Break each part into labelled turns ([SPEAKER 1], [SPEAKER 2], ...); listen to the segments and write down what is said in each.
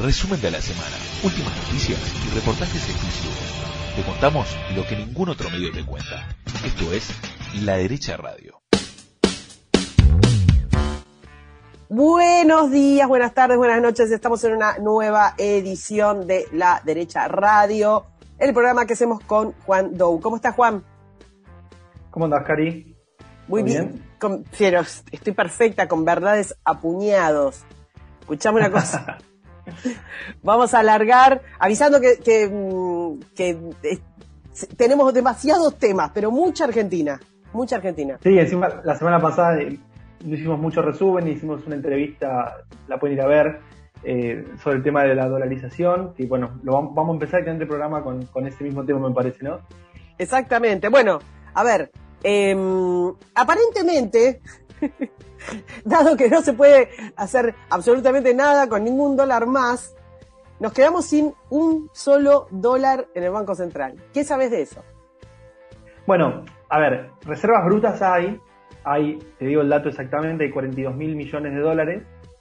[SPEAKER 1] Resumen de la semana, últimas noticias y reportajes exclusivos. Te contamos lo que ningún otro medio te cuenta. Esto es La Derecha Radio.
[SPEAKER 2] Buenos días, buenas tardes, buenas noches. Estamos en una nueva edición de La Derecha Radio, el programa que hacemos con Juan Dou. ¿Cómo estás, Juan?
[SPEAKER 3] ¿Cómo andás, Cari?
[SPEAKER 2] Muy bien. Pero estoy perfecta, con verdades a puñados. Escuchame una cosa. Vamos a alargar, avisando que tenemos demasiados temas, pero mucha Argentina.
[SPEAKER 3] Sí, encima la semana pasada hicimos mucho resumen, hicimos una entrevista, la pueden ir a ver, sobre el tema de la dolarización, y bueno, vamos a empezar el programa con ese mismo tema, me parece, ¿no?
[SPEAKER 2] Exactamente. Bueno, a ver, aparentemente, dado que no se puede hacer absolutamente nada con ningún dólar más, nos quedamos sin un solo dólar en el Banco Central. ¿Qué sabes de eso?
[SPEAKER 3] Bueno, a ver, reservas brutas hay, te digo el dato exactamente, hay 42 mil millones de dólares.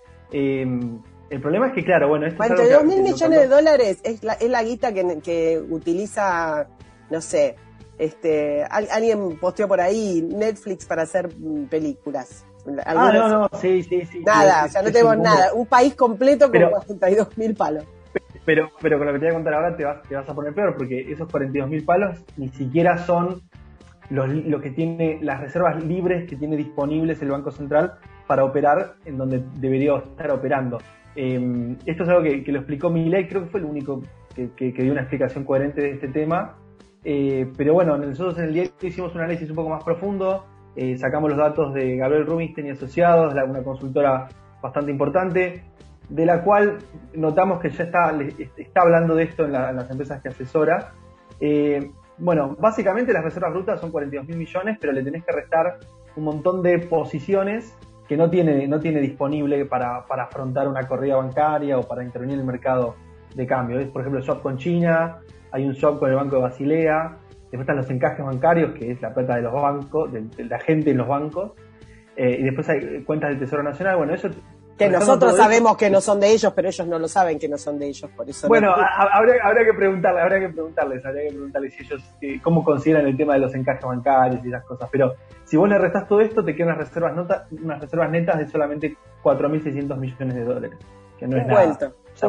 [SPEAKER 3] El problema es que, claro, bueno, esto
[SPEAKER 2] 42 mil millones de dólares es la guita que utiliza, no sé, alguien posteó por ahí Netflix para hacer películas.
[SPEAKER 3] No, sí.
[SPEAKER 2] Nada, o sea, no tenemos nada. Un país completo con 42 mil palos.
[SPEAKER 3] Pero con lo que te voy a contar ahora te vas a poner peor, porque esos 42 mil palos ni siquiera son lo que tiene las reservas libres que tiene disponibles el Banco Central para operar en donde debería estar operando. Esto es algo que lo explicó Milei, creo que fue el único que dio una explicación coherente de este tema. Pero bueno, nosotros en el diario hicimos un análisis un poco más profundo, sacamos los datos de Gabriel Rubinstein y Asociados, una consultora bastante importante, de la cual notamos que ya está hablando de esto en las empresas que asesora. Bueno, básicamente las reservas brutas son 42 mil millones, pero le tenés que restar un montón de posiciones que no tiene disponible para afrontar una corrida bancaria o para intervenir en el mercado de cambio. Por ejemplo, el swap con China, hay un swap con el Banco de Basilea, después están los encajes bancarios, que es la plata de los bancos, de la gente en los bancos, y después hay cuentas del Tesoro Nacional. Bueno, eso
[SPEAKER 2] que nosotros sabemos que no son de ellos, pero ellos no lo saben que no son de ellos, por eso.
[SPEAKER 3] Bueno, habría que preguntarles si ellos cómo consideran el tema de los encajes bancarios y esas cosas. Pero si vos le restás todo esto, te quedan unas reservas netas de solamente 4.600 millones de dólares, que no es nada.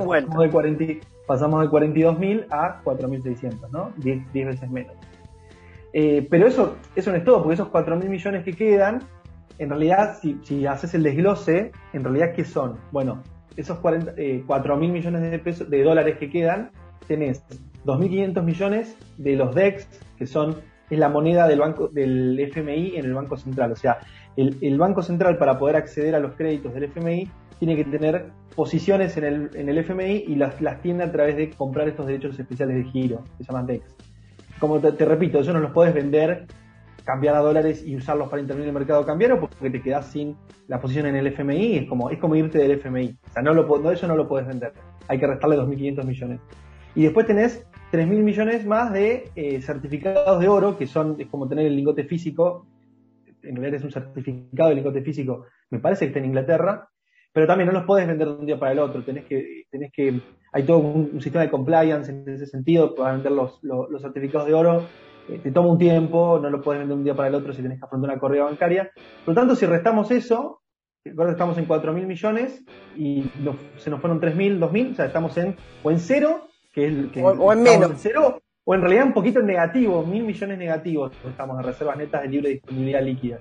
[SPEAKER 3] Pasamos de 42.000 a 4.600, ¿no? 10 veces menos. Pero eso no es todo, porque esos 4.000 millones que quedan, en realidad, si haces el desglose, en realidad, ¿qué son? Bueno, esos 4.000 millones de dólares que quedan, tenés 2.500 millones de los DEX, que es la moneda del FMI en el Banco Central. O sea, el Banco Central, para poder acceder a los créditos del FMI, tiene que tener posiciones en el FMI y las tiene a través de comprar estos derechos especiales de giro, que se llaman DEX. Como te repito, eso no los podés vender, cambiar a dólares y usarlos para intervenir en el mercado cambiario, porque te quedás sin la posición en el FMI. Es como irte del FMI. O sea, eso no lo podés vender. Hay que restarle 2.500 millones. Y después tenés 3.000 millones más de certificados de oro, que es como tener el lingote físico. En realidad es un certificado de lingote físico, me parece que está en Inglaterra, pero también no los podés vender de un día para el otro. Hay todo un sistema de compliance en ese sentido para vender los certificados de oro. Te toma un tiempo, no lo puedes vender de un día para el otro si tenés que afrontar una corrida bancaria. Por lo tanto, si restamos eso, ahora estamos en 4.000 millones y se nos fueron 3.000, 2.000, o sea, estamos en cero, o en menos. En cero, o en realidad un poquito en negativo, 1.000 millones negativos, estamos en reservas netas de libre disponibilidad líquidas.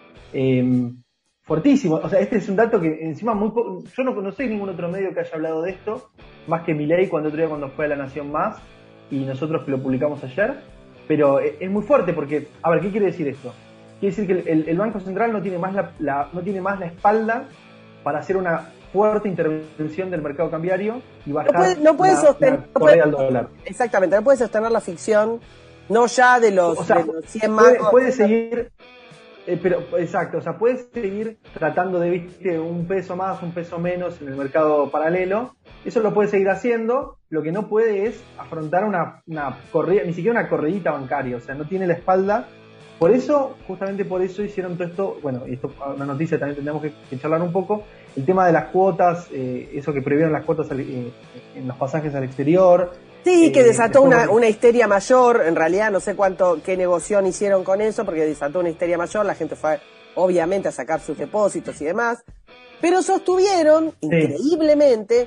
[SPEAKER 3] Fuertísimo. O sea, este es un dato que encima yo no sé ningún otro medio que haya hablado de esto, más que Milei cuando fue a La Nación Más, y nosotros que lo publicamos ayer. Pero es muy fuerte porque, a ver, ¿qué quiere decir esto? Quiere decir que el Banco Central no tiene más la espalda para hacer una fuerte intervención del mercado cambiario y bajar
[SPEAKER 2] no puede sostener
[SPEAKER 3] la corrida al dólar.
[SPEAKER 2] Exactamente, no puede sostener la ficción, no ya de los 100 más.
[SPEAKER 3] Puede seguir, pero exacto, o sea, puede seguir tratando de, un peso más, un peso menos en el mercado paralelo. Eso lo puede seguir haciendo. Lo que no puede es afrontar una corrida, ni siquiera una corridita bancaria. O sea, no tiene la espalda Por eso, justamente por eso hicieron todo esto, bueno, y esto una noticia también tendríamos que charlar un poco, el tema de las cuotas, eso que prohibieron las cuotas en los pasajes al exterior.
[SPEAKER 2] Sí, que desató una histeria mayor, en realidad no sé qué negoción hicieron con eso, porque desató una histeria mayor, la gente fue obviamente a sacar sus depósitos y demás, pero sostuvieron, increíblemente,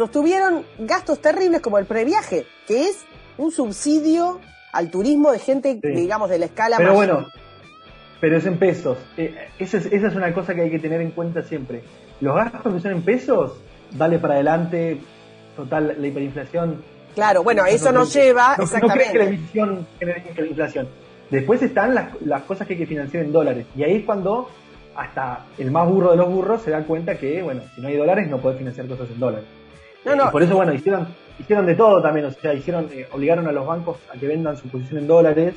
[SPEAKER 2] gastos terribles como el previaje, que es un subsidio al turismo de gente, digamos, de la escala
[SPEAKER 3] pero
[SPEAKER 2] mayor.
[SPEAKER 3] Bueno, pero es en pesos. Esa es una cosa que hay que tener en cuenta siempre. Los gastos que son en pesos, dale para adelante, total, la hiperinflación.
[SPEAKER 2] Claro, bueno, eso nos lleva, exactamente.
[SPEAKER 3] No crees que la emisión genere la inflación. Después están las cosas que hay que financiar en dólares. Y ahí es cuando hasta el más burro de los burros se da cuenta que, bueno, si no hay dólares no podés financiar cosas en dólares. Y por eso, bueno, hicieron de todo también, o sea, obligaron a los bancos a que vendan su posición en dólares,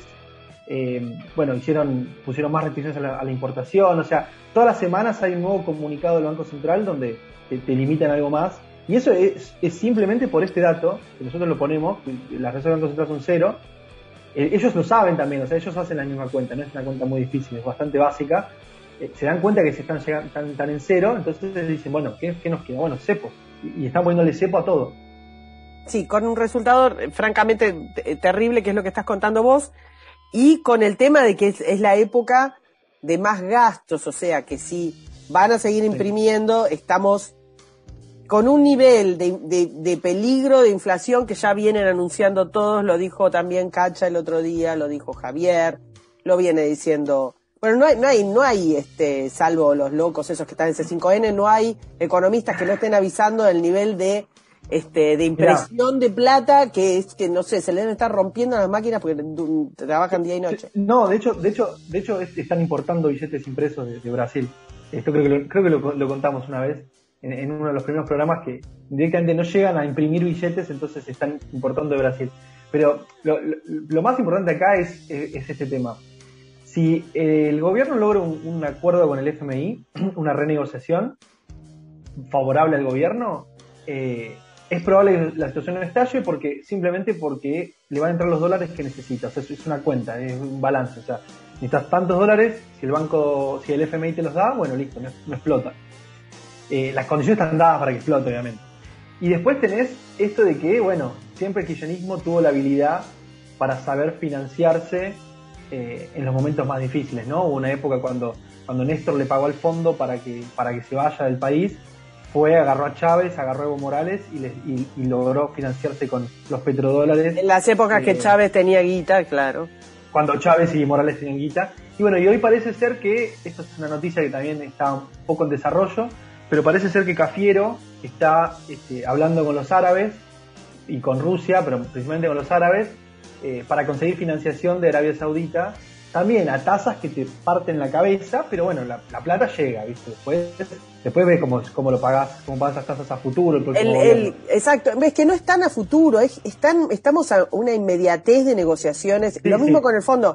[SPEAKER 3] bueno, pusieron más restricciones a la importación, o sea, todas las semanas hay un nuevo comunicado del Banco Central donde te limitan algo más, y eso es simplemente por este dato, que nosotros lo ponemos, las reservas del Banco Central son cero, ellos lo saben también, o sea, ellos hacen la misma cuenta, no es una cuenta muy difícil, es bastante básica, se dan cuenta que se están en cero, entonces dicen, bueno, ¿qué nos queda? Bueno, cepos, y están poniéndole cepo a todo.
[SPEAKER 2] Sí, con un resultado francamente terrible, que es lo que estás contando vos, y con el tema de que es la época de más gastos, o sea que si van a seguir imprimiendo, estamos con un nivel de peligro de inflación que ya vienen anunciando todos, lo dijo también Cacha el otro día, lo dijo Javier, lo viene diciendo. Bueno, no hay salvo los locos esos que están en C5N, no hay economistas que no estén avisando del nivel de impresión de plata que no sé, se le deben estar rompiendo las máquinas porque trabajan día y noche.
[SPEAKER 3] No, de hecho están importando billetes impresos de Brasil. Esto creo que lo contamos una vez en uno de los primeros programas, que directamente no llegan a imprimir billetes, entonces están importando de Brasil. Pero lo más importante acá es este tema. Si el gobierno logra un acuerdo con el FMI, una renegociación favorable al gobierno, es probable que la situación no estalle simplemente porque le van a entrar los dólares que necesita. O sea, es una cuenta, es un balance. O sea, necesitas tantos dólares, si el FMI te los da, bueno, listo, no explota. Las condiciones están dadas para que explote, obviamente. Y después tenés esto de que, bueno, siempre el kirchnerismo tuvo la habilidad para saber financiarse en los momentos más difíciles, ¿no? Hubo una época cuando Néstor le pagó al fondo para que se vaya del país, agarró a Chávez, agarró a Evo Morales y logró financiarse con los petrodólares.
[SPEAKER 2] En las épocas que Chávez tenía guita, claro.
[SPEAKER 3] Cuando Chávez y Morales tenían guita. Y bueno, y hoy parece ser que, esto es una noticia que también está un poco en desarrollo, pero parece ser que Cafiero está hablando con los árabes y con Rusia, pero principalmente con los árabes, para conseguir financiación de Arabia Saudita, también a tasas que te parten la cabeza, pero bueno, la plata llega, ¿viste? Después ves cómo lo pagás, cómo pagas esas tasas a futuro.
[SPEAKER 2] Exacto, ves que no están a futuro, estamos a una inmediatez de negociaciones, lo mismo con el fondo.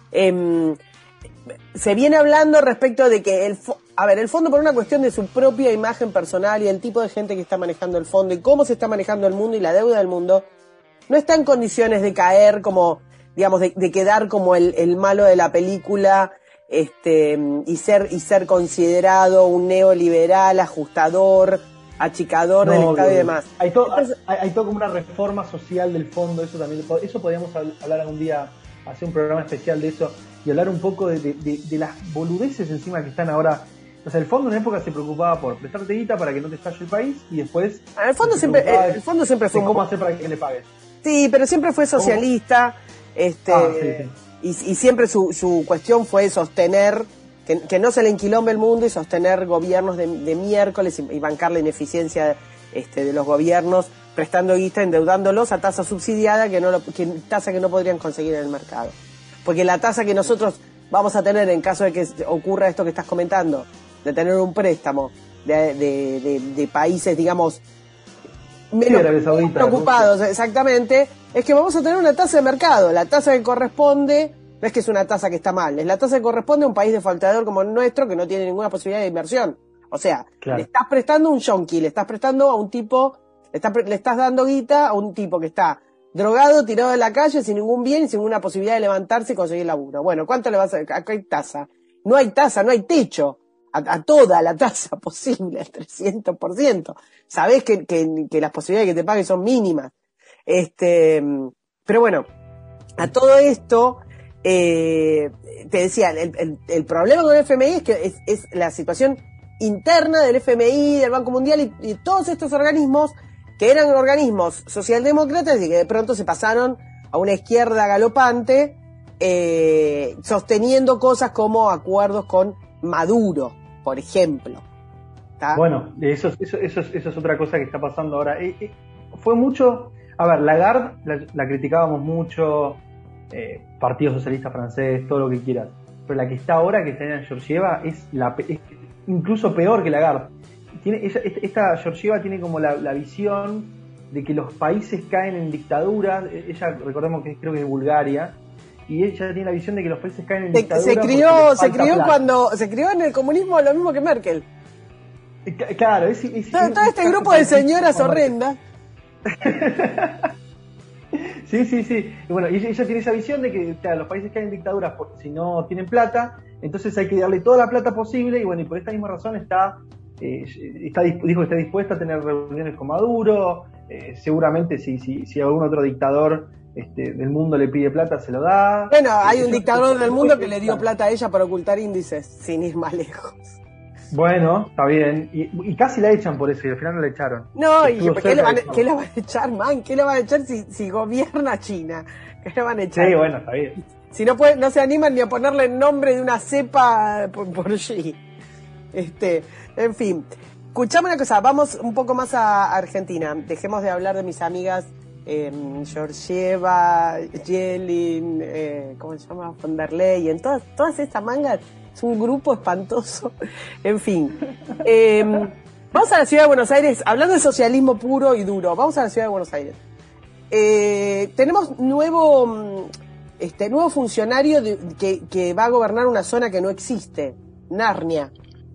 [SPEAKER 2] Se viene hablando respecto de que el fondo, por una cuestión de su propia imagen personal y el tipo de gente que está manejando el fondo y cómo se está manejando el mundo y la deuda del mundo, no está en condiciones de caer como, digamos, de quedar como el malo de la película, y ser considerado un neoliberal, ajustador, achicador del Estado y demás.
[SPEAKER 3] Hay todo como una reforma social del fondo, eso podríamos hablar algún día, hacer un programa especial de eso y hablar un poco de las boludeces encima que están ahora. O sea, el fondo en una época se preocupaba por prestarte guita para que no te estalle el país y después...
[SPEAKER 2] El fondo siempre fue...
[SPEAKER 3] ¿Cómo hacer para que le pagues?
[SPEAKER 2] Sí, pero siempre fue socialista,
[SPEAKER 3] sí.
[SPEAKER 2] Y siempre su cuestión fue sostener, que no se le enquilombe el mundo y sostener gobiernos de miércoles y bancar la ineficiencia de los gobiernos, prestando guita, endeudándolos a tasa subsidiada, tasa que no podrían conseguir en el mercado. Porque la tasa que nosotros vamos a tener en caso de que ocurra esto que estás comentando, de tener un préstamo de países, digamos, menos preocupados, exactamente, es que vamos a tener una tasa de mercado, la tasa que corresponde, no es que es una tasa que está mal, es la tasa que corresponde a un país defaltador como el nuestro que no tiene ninguna posibilidad de inversión. O sea, claro, le estás prestando un yonki, le estás prestando a un tipo, le estás dando guita a un tipo que está drogado, tirado en la calle, sin ningún bien y sin ninguna posibilidad de levantarse y conseguir laburo. Bueno, ¿cuánto le vas a...? Acá hay tasa. No hay tasa, no hay techo. A toda la tasa posible, al 300%. Sabés que las posibilidades de que te paguen son mínimas. Pero bueno, a todo esto, te decía, el problema con el FMI es que es la situación interna del FMI, del Banco Mundial y todos estos organismos que eran organismos socialdemócratas y que de pronto se pasaron a una izquierda galopante, sosteniendo cosas como acuerdos con Maduro, por ejemplo. ¿Tá?
[SPEAKER 3] Bueno, eso es otra cosa que está pasando ahora. Fue mucho... A ver, Lagarde la criticábamos mucho, Partido Socialista Francés, todo lo que quieras. Pero la que está ahora, que está en Georgieva, es incluso peor que Lagarde. Esta Georgieva tiene como la visión de que los países caen en dictaduras. Ella, recordemos que creo que es de Bulgaria, y ella tiene la visión de que los países caen en dictaduras.
[SPEAKER 2] Se crió en el comunismo lo mismo que Merkel.
[SPEAKER 3] Claro,
[SPEAKER 2] todo este grupo de señoras horrendas.
[SPEAKER 3] Sí. Y bueno, ella tiene esa visión de que los países caen en dictaduras si no tienen plata, entonces hay que darle toda la plata posible, y bueno, y por esta misma razón dijo que está dispuesta a tener reuniones con Maduro, seguramente si algún otro dictador del mundo le pide plata, se lo da.
[SPEAKER 2] Bueno, hay un dictador del mundo que le dio plata a ella para ocultar índices, sin ir más lejos.
[SPEAKER 3] Bueno, está bien. Y casi la echan por eso, y al final no la echaron.
[SPEAKER 2] No, ¿qué la van a echar, man? ¿Qué la van a echar si gobierna China? ¿Qué la van a echar?
[SPEAKER 3] Sí, bueno, está bien.
[SPEAKER 2] Si no se animan ni a ponerle el nombre de una cepa por allí. En fin. Escuchame una cosa, vamos un poco más a Argentina. Dejemos de hablar de mis amigas Georgieva, Yelin, ¿cómo se llama? Von der Leyen, todas estas mangas. Es un grupo espantoso. En fin. Vamos a la ciudad de Buenos Aires, hablando de socialismo puro y duro. Vamos a la ciudad de Buenos Aires. Tenemos nuevo funcionario que va a gobernar una zona que no existe, Narnia.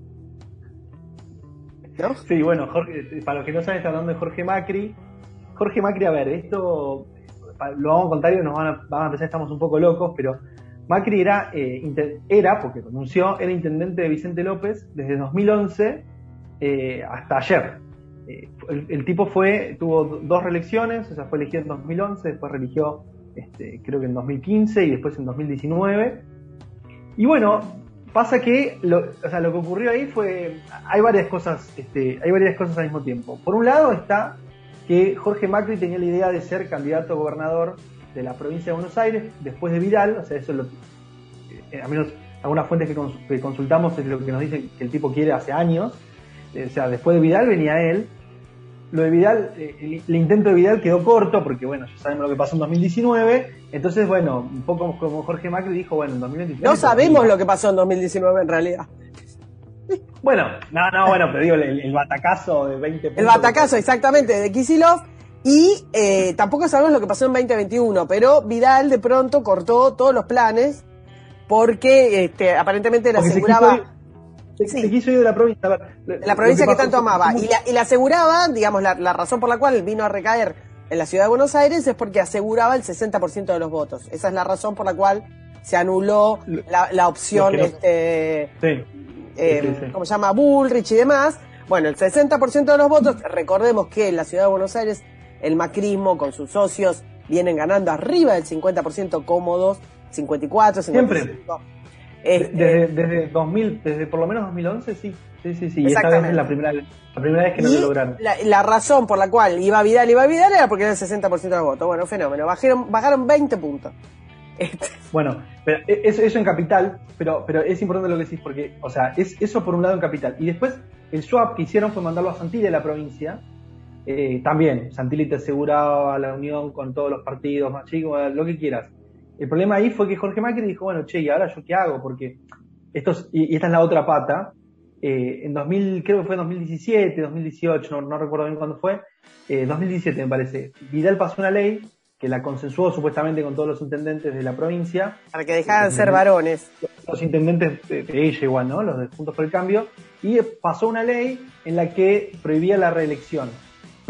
[SPEAKER 2] ¿No?
[SPEAKER 3] Sí, bueno, Jorge, para los que no saben, está hablando de Jorge Macri. Jorge Macri, a ver, esto lo vamos a contar y nos van a empezar, estamos un poco locos, pero Macri era, porque renunció, era intendente de Vicente López desde 2011 hasta ayer. El tipo tuvo 2 reelecciones, o sea, fue elegido en 2011, después reeligió creo que en 2015 y después en 2019. Y bueno, pasa que lo que ocurrió ahí hay varias cosas al mismo tiempo. Por un lado está que Jorge Macri tenía la idea de ser candidato a gobernador de la provincia de Buenos Aires después de Vidal, o sea, eso a menos algunas fuentes que consultamos es lo que nos dicen que el tipo quiere hace años. O sea, después de Vidal venía él. Lo de Vidal, el intento de Vidal quedó corto porque, bueno, ya sabemos lo que pasó en 2019. Entonces, bueno, un poco como Jorge Macri dijo, bueno, en 2023...
[SPEAKER 2] No sabemos lo que pasó en 2019 en realidad.
[SPEAKER 3] Bueno, pero digo, el batacazo de 20 puntos.
[SPEAKER 2] El batacazo, exactamente, de Kicillof. Y tampoco sabemos lo que pasó en 2021, pero Vidal de pronto cortó todos los planes porque aparentemente le aseguraba...
[SPEAKER 3] Se quiso ir de la provincia.
[SPEAKER 2] La provincia que tanto amaba. Y le aseguraba, digamos, la razón por la cual vino a recaer en la ciudad de Buenos Aires es porque aseguraba el 60% de los votos. Esa es la razón por la cual se anuló la opción, ¿cómo se llama? Bullrich y demás. Bueno, el 60% de los votos, recordemos que en la ciudad de Buenos Aires el macrismo con sus socios vienen ganando arriba del 50% cómodos, 54, 55.
[SPEAKER 3] Siempre. Desde por lo menos 2011, sí. Y esta vez es la primera vez que no lo lograron.
[SPEAKER 2] La razón por la cual iba Vidal era porque era el 60% de los votos. Bueno, fenómeno. Bajaron 20 puntos.
[SPEAKER 3] Bueno, pero eso en capital, pero es importante lo que decís porque, o sea, es eso por un lado en capital. Y después el swap que hicieron fue mandarlo a Santilli, de la provincia. También, Santilli te aseguraba la unión con todos los partidos más chicos, lo que quieras. El problema ahí fue que Jorge Macri dijo, bueno, ¿y ahora yo qué hago? Porque esta es la otra pata. Creo que fue en 2017, 2018, no recuerdo bien cuándo fue, 2017 me parece. Vidal pasó una ley que la consensuó supuestamente con todos los intendentes de la provincia.
[SPEAKER 2] Para que dejaran de ser varones.
[SPEAKER 3] Los intendentes de ella igual, ¿no? Los de Juntos por el Cambio. Y pasó una ley en la que prohibía la reelección.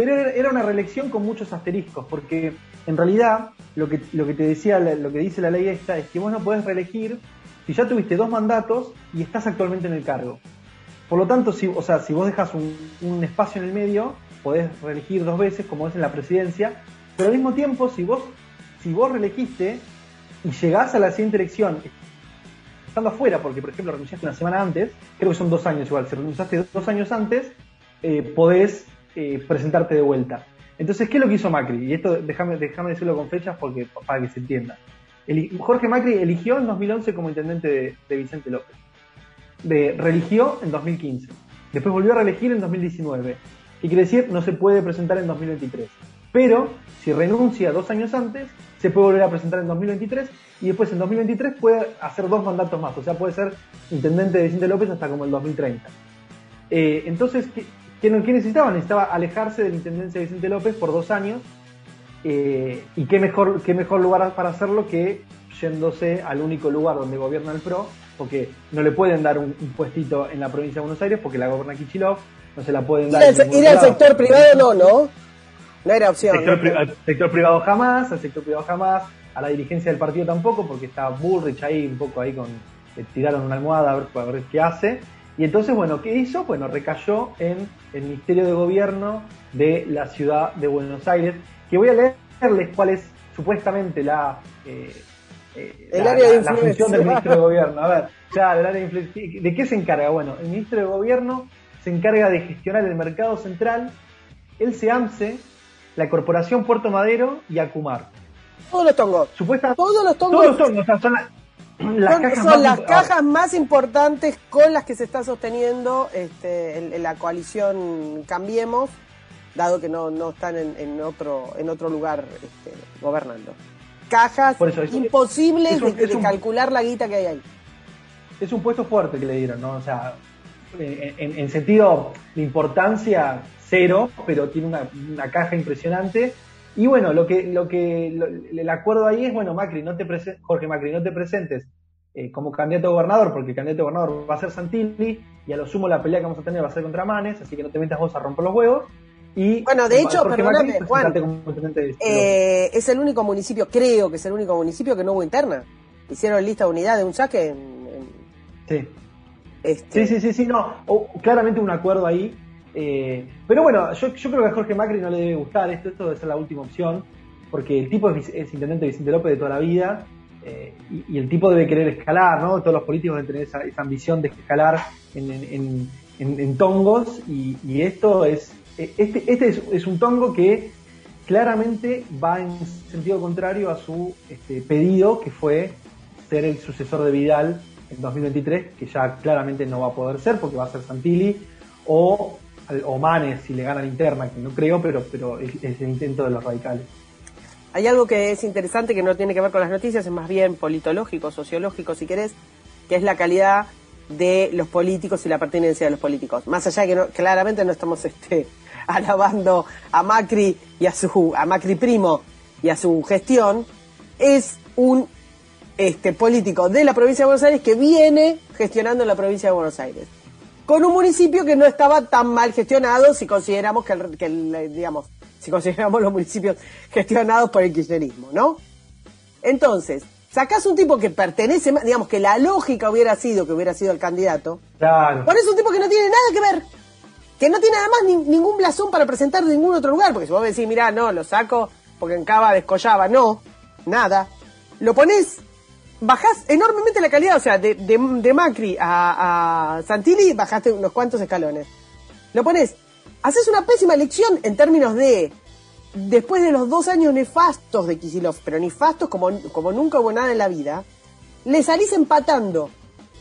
[SPEAKER 3] pero era una reelección con muchos asteriscos, porque en realidad lo que te decía, lo que dice la ley esta es que vos no podés reelegir si ya tuviste 2 mandatos y estás actualmente en el cargo. Por lo tanto, si vos dejas un espacio en el medio, podés reelegir 2 veces, como es en la presidencia, pero al mismo tiempo, si vos reelegiste y llegás a la siguiente elección estando afuera, porque por ejemplo renunciaste una semana antes, creo que son 2 años igual, si renunciaste 2 años antes, podés presentarte de vuelta. Entonces, ¿qué es lo que hizo Macri? Y esto déjame decirlo con fechas para que se entienda. Jorge Macri eligió en 2011 como intendente de Vicente López. Reeligió en 2015. Después volvió a reelegir en 2019. ¿Qué quiere decir? No se puede presentar en 2023. Pero, si renuncia 2 años antes, se puede volver a presentar en 2023 y después en 2023 puede hacer 2 mandatos más. O sea, puede ser intendente de Vicente López hasta como el 2030. Entonces, ¿qué necesitaba? Necesitaba alejarse de la intendencia de Vicente López por 2 años. Y qué mejor lugar para hacerlo que yéndose al único lugar donde gobierna el PRO, porque no le pueden dar un puestito en la provincia de Buenos Aires porque la gobierna Kicillof, no se la pueden dar.
[SPEAKER 2] Ir al sector privado no era opción.
[SPEAKER 3] Sector privado jamás, a la dirigencia del partido tampoco, porque está Bullrich ahí un poco ahí tiraron una almohada a ver qué hace. Y entonces, bueno, ¿qué hizo? Bueno, recayó en el Ministerio de Gobierno de la ciudad de Buenos Aires, que voy a leerles cuál es supuestamente la función del ministro de Gobierno. A ver, claro, el área de influencia. ¿De qué se encarga? Bueno, el ministro de Gobierno se encarga de gestionar el mercado central, el SEAMSE, la Corporación Puerto Madero y Acumar.
[SPEAKER 2] Todos los tongos.
[SPEAKER 3] Todos los tongos, o sea, son las
[SPEAKER 2] cajas más importantes con las que se está sosteniendo la coalición Cambiemos, dado que no están en otro lugar gobernando. Cajas imposibles de calcular la guita que hay ahí.
[SPEAKER 3] Es un puesto fuerte que le dieron, ¿no? O sea, en sentido de importancia, 0, pero tiene una caja impresionante. Y bueno, el acuerdo ahí es, bueno, Jorge Macri, no te presentes como candidato a gobernador, porque el candidato a gobernador va a ser Santilli, y a lo sumo la pelea que vamos a tener va a ser contra Manes, así que no te metas vos a romper los huevos. Y
[SPEAKER 2] bueno, de hecho, perdóname, Juan,
[SPEAKER 3] es
[SPEAKER 2] el único municipio, creo que es el único municipio que no hubo interna. Hicieron lista de unidad de un saque
[SPEAKER 3] Sí. Sí, claramente un acuerdo ahí. Pero bueno, yo creo que a Jorge Macri no le debe gustar esto debe ser la última opción, porque el tipo es intendente de Vicente López de toda la vida, y el tipo debe querer escalar, ¿no? Todos los políticos deben tener esa ambición de escalar en tongos, y esto es un tongo que claramente va en sentido contrario a su pedido, que fue ser el sucesor de Vidal en 2023, que ya claramente no va a poder ser porque va a ser Santilli o Manes si le gana la interna, que no creo, pero es el intento de los radicales.
[SPEAKER 2] Hay algo que es interesante que no tiene que ver con las noticias, es más bien politológico, sociológico, si querés, que es la calidad de los políticos y la pertinencia de los políticos. Más allá de que claramente no estamos alabando a Macri y a Macri primo y a su gestión, es un político de la provincia de Buenos Aires que viene gestionando en la provincia de Buenos Aires, con un municipio que no estaba tan mal gestionado si consideramos si consideramos los municipios gestionados por el kirchnerismo, ¿no? Entonces, sacás un tipo que pertenece, digamos que la lógica hubiera sido que hubiera sido el candidato,
[SPEAKER 3] claro.
[SPEAKER 2] Ponés un tipo que no tiene nada que ver, que no tiene además ningún blasón para presentar de ningún otro lugar, porque si vos decís, mirá, no, lo saco porque en Cava descollaba, no, nada, lo ponés, bajás enormemente la calidad, o sea, de Macri a Santilli bajaste unos cuantos escalones. Lo ponés, haces una pésima elección en términos de, después de los 2 años nefastos de Kicillof, pero nefastos como nunca hubo nada en la vida, le salís empatando.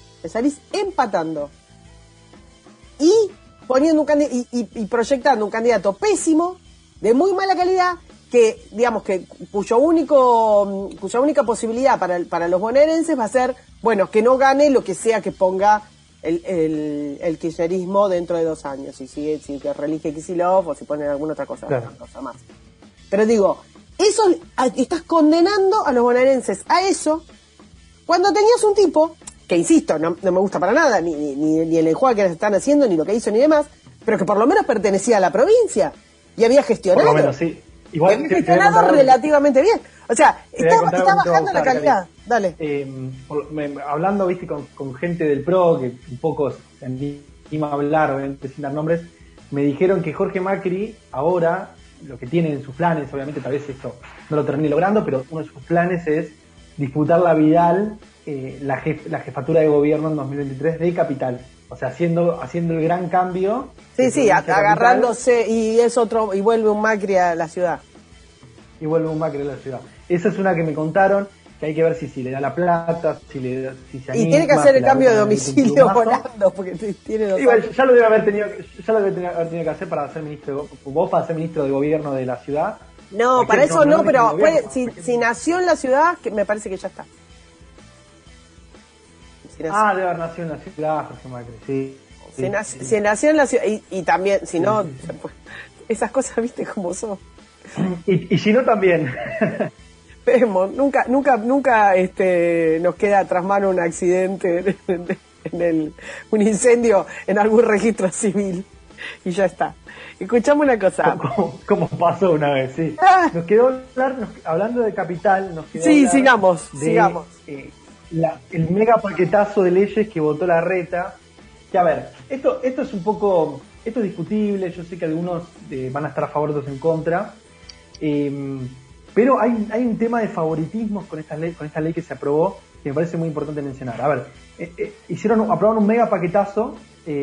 [SPEAKER 2] Y poniendo y proyectando un candidato pésimo, de muy mala calidad, que digamos que cuya única posibilidad para los bonaerenses va a ser, bueno, que no gane lo que sea que ponga el kirchnerismo dentro de 2 años, si que reelige Kicillof o si ponen alguna otra cosa,
[SPEAKER 3] claro.
[SPEAKER 2] cosa más. Pero digo, eso estás condenando a los bonaerenses a eso cuando tenías un tipo que, insisto, no me gusta para nada, ni el enjuague que están haciendo, ni lo que hizo, ni demás, pero que por lo menos pertenecía a la provincia. Y había gestionado.
[SPEAKER 3] Por lo menos, sí. Igual
[SPEAKER 2] había gestionado relativamente bien. O sea, está bajando la calidad. Dale.
[SPEAKER 3] Hablando, viste, con gente del PRO, que un poco se anima a hablar, obviamente sin dar nombres, me dijeron que Jorge Macri ahora, lo que tiene en sus planes, obviamente tal vez esto no lo termine logrando, pero uno de sus planes es disputar la Vidal, la jefatura de gobierno en 2023 de Capital. O sea, haciendo el gran cambio.
[SPEAKER 2] Sí, agarrándose y vuelve un Macri a la ciudad.
[SPEAKER 3] Y vuelve un Macri a la ciudad. Esa es una que me contaron, que hay que ver si le da la plata, si se anima.
[SPEAKER 2] Y tiene que hacer el cambio de domicilio volando, porque tiene 2 años.
[SPEAKER 3] Ya lo debe haber tenido que hacer para ser ministro. Vos para ser ministro de gobierno de la ciudad.
[SPEAKER 2] No, para eso no, pero si nació en la ciudad, que me parece que ya está.
[SPEAKER 3] Debe haber nacido en la ciudad, Jorge Macri, sí.
[SPEAKER 2] Si nació en la ciudad, y también, si no, esas cosas, viste cómo son.
[SPEAKER 3] Y si no, también.
[SPEAKER 2] Vemos, nunca nos queda tras mano un accidente un incendio en algún registro civil. Y ya está. Escuchame una cosa.
[SPEAKER 3] Como pasó una vez, sí. Nos quedó hablando de Capital, nos quedó
[SPEAKER 2] sigamos.
[SPEAKER 3] El mega paquetazo de leyes que votó la Reta. Que a ver, esto es un poco, esto es discutible, yo sé que algunos van a estar a favor, otros en contra, pero hay un tema de favoritismos con esta ley que se aprobó que me parece muy importante mencionar. A ver, aprobaron un mega paquetazo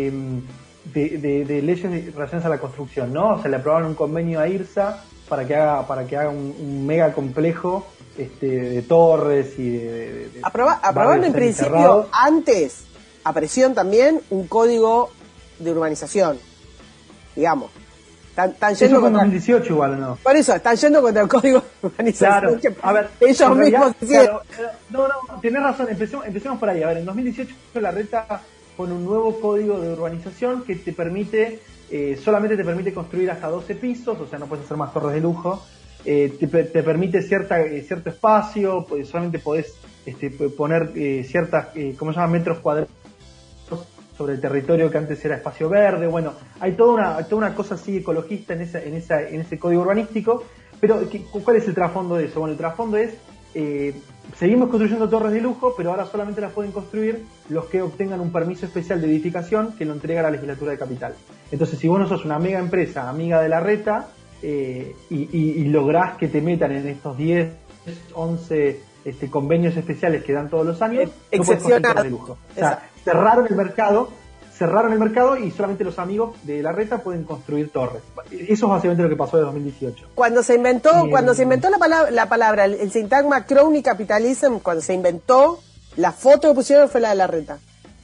[SPEAKER 3] de leyes relacionadas a la construcción, ¿no? O sea, le aprobaron un convenio a IRSA para que haga un mega complejo de torres y de
[SPEAKER 2] aprobaron en principio antes, a presión también, un código de urbanización, digamos. Están yendo
[SPEAKER 3] contra 2018 igual, ¿o no?
[SPEAKER 2] Por eso, están yendo contra el código de urbanización.
[SPEAKER 3] Claro, a ver,
[SPEAKER 2] ellos mismos
[SPEAKER 3] claro, no, tenés razón, empecemos por ahí. A ver, en 2018 la Reta pone un nuevo código de urbanización que te permite, solamente te permite construir hasta 12 pisos, o sea, no puedes hacer más torres de lujo. Te permite cierto espacio, solamente podés poner ciertas, ¿cómo se llama?, metros cuadrados sobre el territorio que antes era espacio verde. Bueno, hay toda una cosa así ecologista en ese código urbanístico, pero ¿cuál es el trasfondo de eso? Bueno, el trasfondo es, seguimos construyendo torres de lujo, pero ahora solamente las pueden construir los que obtengan un permiso especial de edificación que lo entrega la legislatura de Capital. Entonces, si vos no sos una mega empresa, amiga de la Reta, y lográs que te metan en estos 10, 11 convenios especiales que dan todos los años, no puedes construir torres de lujo. O sea, cerraron el mercado y solamente los amigos de la Reta pueden construir torres. Eso es básicamente lo que pasó de 2018.
[SPEAKER 2] Cuando se inventó la palabra, el sintagma crony capitalism, cuando se inventó, la foto que pusieron fue la de la Reta.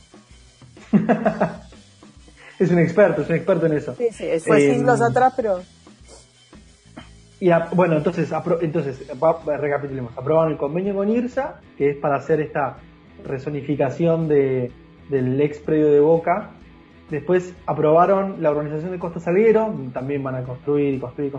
[SPEAKER 3] Es un experto en eso.
[SPEAKER 2] Sí, fue siglos atrás, pero...
[SPEAKER 3] Bueno, entonces recapitulemos. Aprobaron el convenio con IRSA, que es para hacer esta rezonificación del ex predio de Boca. Después aprobaron la urbanización de Costa Salguero, también van a construir.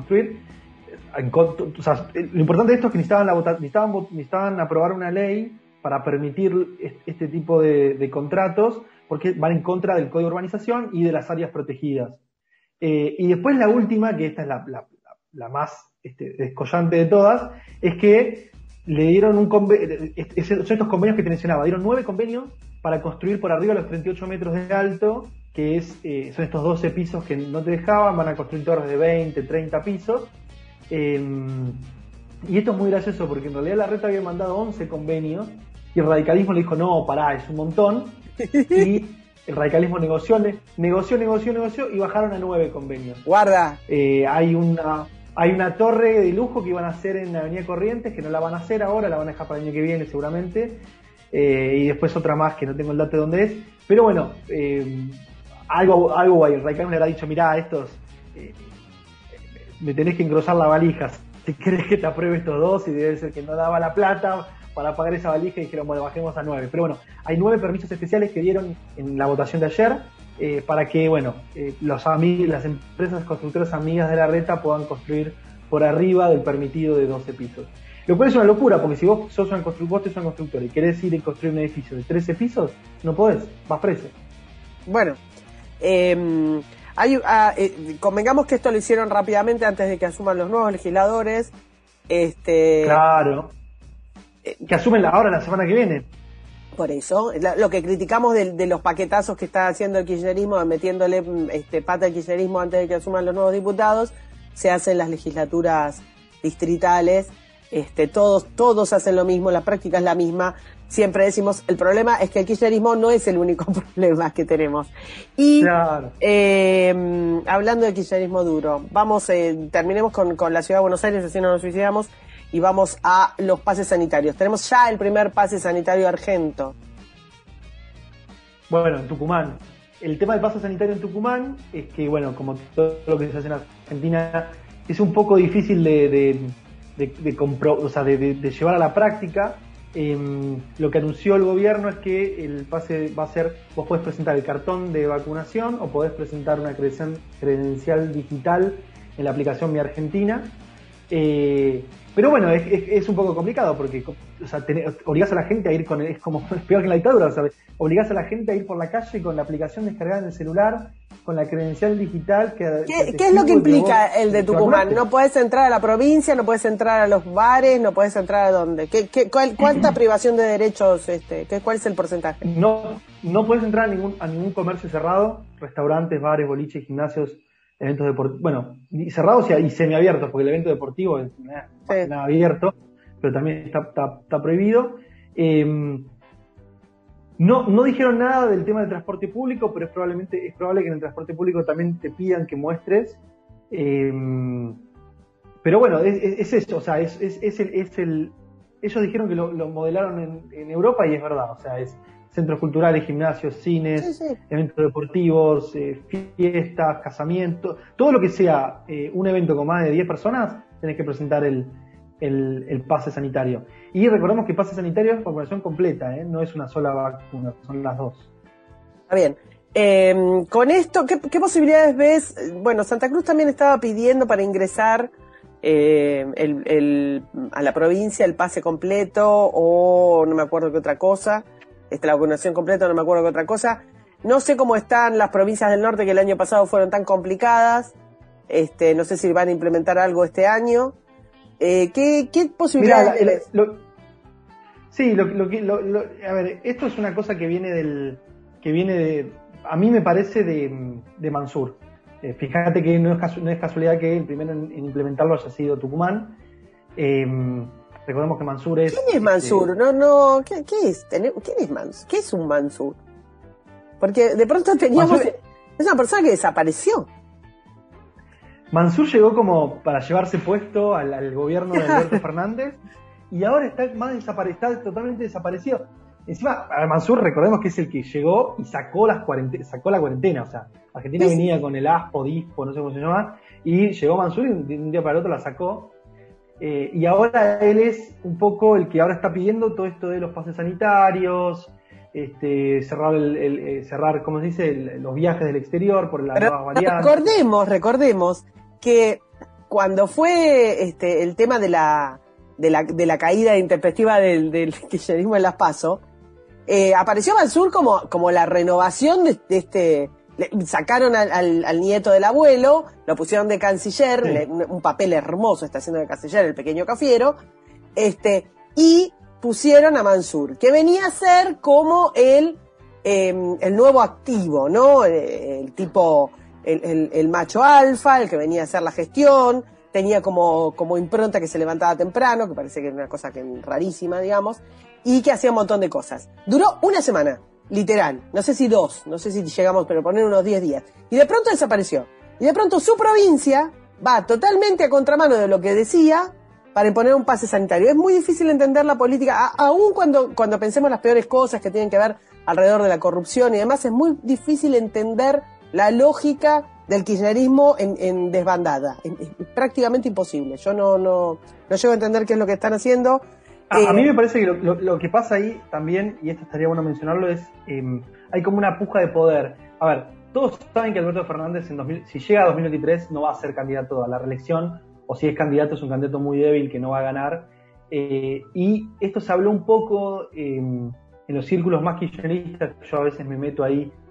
[SPEAKER 3] O sea, lo importante de esto es que necesitaban aprobar una ley para permitir este tipo de contratos, porque van en contra del Código de Urbanización y de las áreas protegidas. Y después la última, que esta es la más descollante de todas, es que le dieron son estos convenios que te mencionaba, dieron 9 convenios para construir por arriba los 38 metros de alto, que son estos 12 pisos que no te dejaban, van a construir torres de 20, 30 pisos. Y esto es muy gracioso porque en realidad la Reta había mandado 11 convenios y el radicalismo le dijo, no, pará, es un montón. Y el radicalismo negoció y bajaron a 9 convenios.
[SPEAKER 2] Guarda.
[SPEAKER 3] Hay una torre de lujo que iban a hacer en la Avenida Corrientes, que no la van a hacer ahora, la van a dejar para el año que viene seguramente. Y después otra más que no tengo el dato de dónde es. Pero bueno, algo guay. El radicalismo le habrá dicho, mirá, me tenés que engrosar la valija. Si querés que te apruebe estos 2, y debe ser que no daba la plata para pagar esa valija, y dijeron, bueno, bajemos a 9. Pero bueno, hay 9 permisos especiales que dieron en la votación de ayer, para que, bueno, las empresas constructoras amigas de la Reta puedan construir por arriba del permitido de 12 pisos. Lo cual es una locura, porque si vos sos un constructor y querés ir y construir un edificio de 13 pisos, no podés, vas preso.
[SPEAKER 2] Bueno, Convengamos que esto lo hicieron rápidamente antes de que asuman los nuevos legisladores.
[SPEAKER 3] Claro. Que asumen ahora, la semana que viene.
[SPEAKER 2] Por eso, lo que criticamos de los paquetazos que está haciendo el kirchnerismo, metiéndole pata al kirchnerismo antes de que asuman los nuevos diputados, se hace en las legislaturas distritales. Todos hacen lo mismo, la práctica es la misma. Siempre decimos, el problema es que el kirchnerismo no es el único problema que tenemos. Y
[SPEAKER 3] claro.
[SPEAKER 2] Hablando de kirchnerismo duro, terminemos con la Ciudad de Buenos Aires, así no nos suicidamos, y vamos a los pases sanitarios. Tenemos ya el primer pase sanitario argento.
[SPEAKER 3] Bueno, en Tucumán. El tema del pase sanitario en Tucumán es que, bueno, como todo lo que se hace en Argentina, es un poco difícil de llevar a la práctica. Lo que anunció el gobierno es que el pase va a ser, vos podés presentar el cartón de vacunación o podés presentar una credencial digital en la aplicación Mi Argentina. Pero bueno, es un poco complicado porque obligás a la gente a ir es como es peor que en la dictadura, ¿sabes? Obligás a la gente a ir por la calle con la aplicación descargada en el celular, con la credencial digital.
[SPEAKER 2] ¿Qué es lo que implica el de Tucumán? No puedes entrar a la provincia, no puedes entrar a los bares, no puedes entrar a dónde. ¿Cuánta privación de derechos? ¿Cuál es el porcentaje?
[SPEAKER 3] No puedes entrar a ningún comercio cerrado, restaurantes, bares, boliches, gimnasios, eventos deportivos, bueno, cerrados y semiabiertos, porque el evento deportivo es nada abierto, pero también está prohibido. No dijeron nada del tema del transporte público, pero es probable que en el transporte público también te pidan que muestres. Pero bueno, es eso, o sea, ellos dijeron que lo modelaron en Europa y es verdad, o sea, es centros culturales, gimnasios, cines, sí. Eventos deportivos, fiestas, casamientos, todo lo que sea un evento con más de 10 personas, tenés que presentar el pase sanitario. Y recordemos que pase sanitario es vacunación completa, no es una sola vacuna, son las dos.
[SPEAKER 2] Está bien. Con esto, ¿qué posibilidades ves? Bueno, Santa Cruz también estaba pidiendo para ingresar a la provincia el pase completo o no me acuerdo qué otra cosa. La vacunación completa, no me acuerdo qué otra cosa. No sé cómo están las provincias del norte que el año pasado fueron tan complicadas. No sé si van a implementar algo este año. ¿Qué posibilidades ves?
[SPEAKER 3] A ver, esto es una cosa que viene de, a mí me parece de Mansur. Fíjate que no es casualidad que el primero en implementarlo haya sido Tucumán. Recordemos que Mansur es...
[SPEAKER 2] ¿Quién es Mansur? ¿Qué es? ¿Quién es Mansur? ¿Qué es un Mansur? Porque de pronto teníamos... Mansur es una persona que desapareció.
[SPEAKER 3] Mansur llegó como para llevarse puesto al gobierno de Alberto Fernández y ahora está totalmente desaparecido. Encima, Mansur, recordemos que es el que llegó y sacó la cuarentena. O sea, Argentina venía con el DISPO, no sé cómo se llama, y llegó Mansur y de un día para el otro la sacó. Y ahora él es un poco el que ahora está pidiendo todo esto de los pases sanitarios, cerrar, ¿cómo se dice?, los viajes del exterior por la nueva variante.
[SPEAKER 2] Recordemos que cuando fue el tema de la caída intempestiva del kirchnerismo en las PASO, apareció Mansur como la renovación de este... Sacaron al nieto del abuelo, lo pusieron de canciller, un papel hermoso está haciendo de canciller el pequeño Cafiero, y pusieron a Mansur, que venía a ser como el nuevo activo, ¿no? El tipo, el macho alfa, el que venía a hacer la gestión, tenía como impronta que se levantaba temprano, que parece que era una cosa rarísima, digamos, y que hacía un montón de cosas. Duró una semana. Literal, no sé si llegamos, pero poner unos 10 días. Y de pronto desapareció. Y de pronto su provincia va totalmente a contramano de lo que decía para imponer un pase sanitario. Es muy difícil entender la política, aún cuando pensemos las peores cosas que tienen que ver alrededor de la corrupción y demás, es muy difícil entender la lógica del kirchnerismo en desbandada. Es prácticamente imposible. Yo no llego a entender qué es lo que están haciendo.
[SPEAKER 3] A mí me parece que lo que pasa ahí también, y esto estaría bueno mencionarlo, es hay como una puja de poder. A ver, todos saben que Alberto Fernández si llega a 2023 no va a ser candidato a la reelección, o si es candidato es un candidato muy débil que no va a ganar. Y esto se habló un poco en los círculos más kirchneristas, yo a veces me meto ahí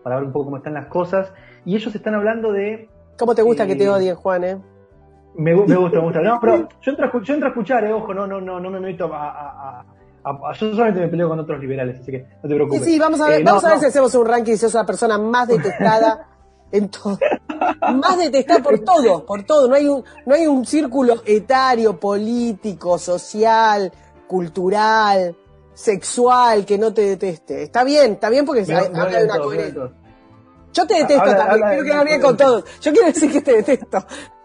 [SPEAKER 3] para ver un poco cómo están las cosas. Y ellos están hablando de...
[SPEAKER 2] ¿Cómo te gusta que te odien, Juan,
[SPEAKER 3] Me gusta. No, pero yo entro a escuchar, ojo, no me meto yo solamente me peleo con otros liberales, así que no te preocupes.
[SPEAKER 2] Sí, vamos a ver, a ver si hacemos un ranking, si sos la persona más detestada en todo. Más detestada por todo. No hay un círculo etario, político, social, cultural, sexual que no te deteste. Está bien porque habla de una coherencia. Yo te detesto también, quiero quedar bien con todos. Yo quiero decir que te detesto.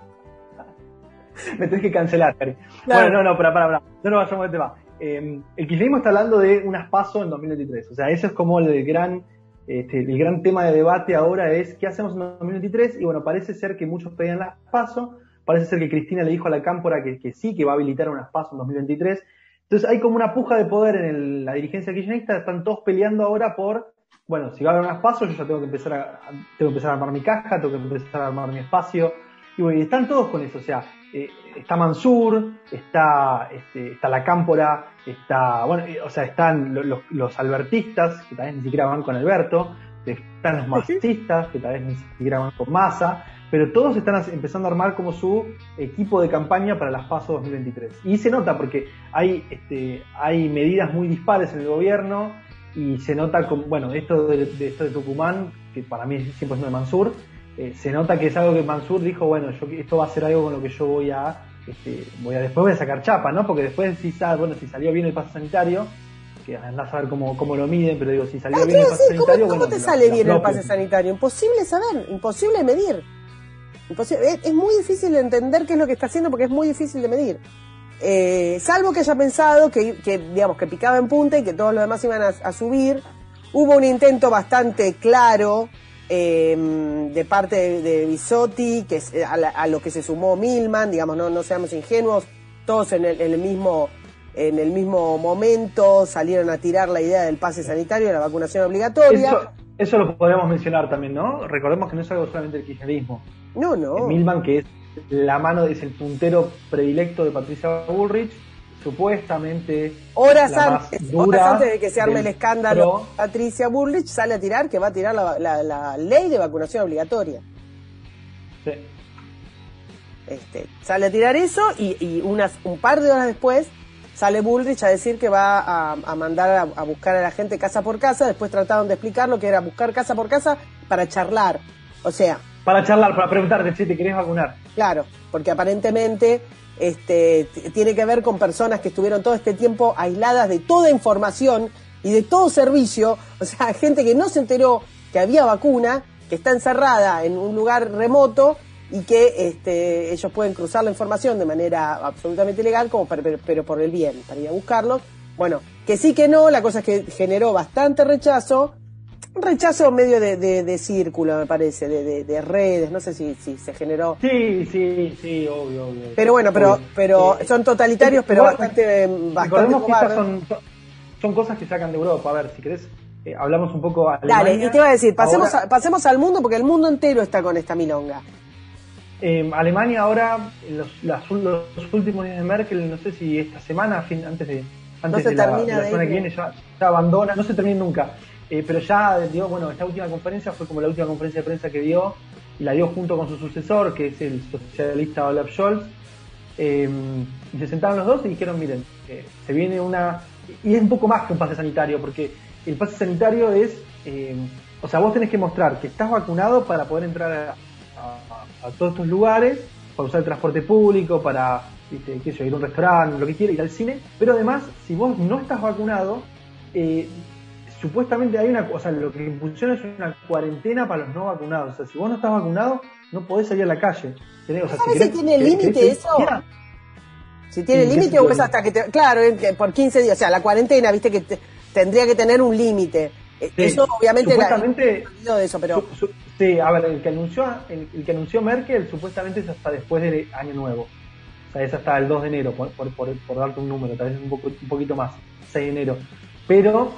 [SPEAKER 3] Me tenés que cancelar, Cari.
[SPEAKER 2] Claro.
[SPEAKER 3] Bueno, para. No nos vayamos del tema. El kirchnerismo está hablando de unas PASO en 2023. O sea, ese es como el gran tema de debate ahora es ¿qué hacemos en 2023? Y bueno, parece ser que muchos pedían las PASO. Parece ser que Cristina le dijo a la Cámpora que sí, que va a habilitar unas PASO en 2023. Entonces hay como una puja de poder en la dirigencia kirchnerista. Están todos peleando ahora por, bueno, si va a haber unas PASO, yo ya tengo que empezar a armar mi caja, tengo que empezar a armar mi espacio. Y bueno, y están todos con eso, o sea, está Mansur, está la Cámpora, están los albertistas, que tal vez ni siquiera van con Alberto, están los masistas, que tal vez ni siquiera van con Massa, pero todos están empezando a armar como su equipo de campaña para las PASO 2023. Y se nota porque hay medidas muy dispares en el gobierno y se nota como, bueno, esto de Tucumán, que para mí siempre es de Mansur, se nota que es algo que Mansur dijo, bueno, esto va a ser algo con lo que yo después voy a sacar chapa, ¿no? Porque después si salió bien el pase sanitario, que andás a ver cómo lo miden, pero digo, si salió bien el pase sanitario,
[SPEAKER 2] ¿Cómo te sale bien el pase sanitario? Imposible saber, imposible medir. Es muy difícil de entender qué es lo que está haciendo porque es muy difícil de medir. Salvo que haya pensado que digamos que picaba en punta y que todos los demás iban a subir. Hubo un intento bastante claro de parte de Bisotti, que es a lo que se sumó Milman, digamos, no seamos ingenuos, todos en el mismo momento salieron a tirar la idea del pase sanitario, de la vacunación obligatoria.
[SPEAKER 3] Eso lo podríamos mencionar también, ¿no? Recordemos que no es algo solamente del kirchnerismo.
[SPEAKER 2] No.
[SPEAKER 3] Milman, que es el puntero predilecto de Patricia Bullrich, supuestamente
[SPEAKER 2] horas antes de que se arme el escándalo, Patricia Bullrich sale a tirar que va a tirar la ley de vacunación obligatoria.
[SPEAKER 3] Sí.
[SPEAKER 2] Sale a tirar eso y un par de horas después sale Bullrich a decir que va a mandar a buscar a la gente casa por casa. Después trataron de explicar lo que era buscar casa por casa para charlar. O sea,
[SPEAKER 3] para charlar, para preguntarte si te querés vacunar.
[SPEAKER 2] Claro, porque aparentemente tiene que ver con personas que estuvieron todo este tiempo aisladas de toda información y de todo servicio, o sea, gente que no se enteró que había vacuna, que está encerrada en un lugar remoto y que ellos pueden cruzar la información de manera absolutamente legal, pero por el bien, para ir a buscarlo. Bueno, que sí que no, la cosa es que generó bastante rechazo, un rechazo medio de círculo, me parece, de redes, no sé si se generó.
[SPEAKER 3] Sí, obvio.
[SPEAKER 2] Pero bueno, pero son totalitarios, pero bastante
[SPEAKER 3] recordemos que estas son cosas que sacan de Europa. A ver, si querés, hablamos un poco a Alemania.
[SPEAKER 2] Dale, y te iba a decir, pasemos al mundo, porque el mundo entero está con esta milonga.
[SPEAKER 3] Alemania ahora, los últimos días de Merkel, no sé si esta semana, antes de la semana que viene, ya abandona, no se termina nunca. Pero ya dio, bueno, esta última conferencia fue como la última conferencia de prensa que dio, y la dio junto con su sucesor, que es el socialista Olaf Scholz, y se sentaron los dos y dijeron, miren, se viene y es un poco más que un pase sanitario, porque el pase sanitario es, o sea, vos tenés que mostrar que estás vacunado para poder entrar a todos estos lugares, para usar el transporte público, para ir a un restaurante, lo que quieras, ir al cine, pero además, si vos no estás vacunado, supuestamente lo que funciona es una cuarentena para los no vacunados. O sea, si vos no estás vacunado, no podés salir a la calle.
[SPEAKER 2] ¿Sabes si tiene límite eso? Si tiene límite o es hasta que claro, por 15 días. O sea, la cuarentena, viste que tendría que tener un límite. Sí, eso obviamente
[SPEAKER 3] supuestamente
[SPEAKER 2] de eso, pero
[SPEAKER 3] sí, a ver, el que anunció Merkel supuestamente es hasta después del Año Nuevo. O sea, es hasta el 2 de enero, por darte un número, tal vez un poquito más, 6 de enero. Pero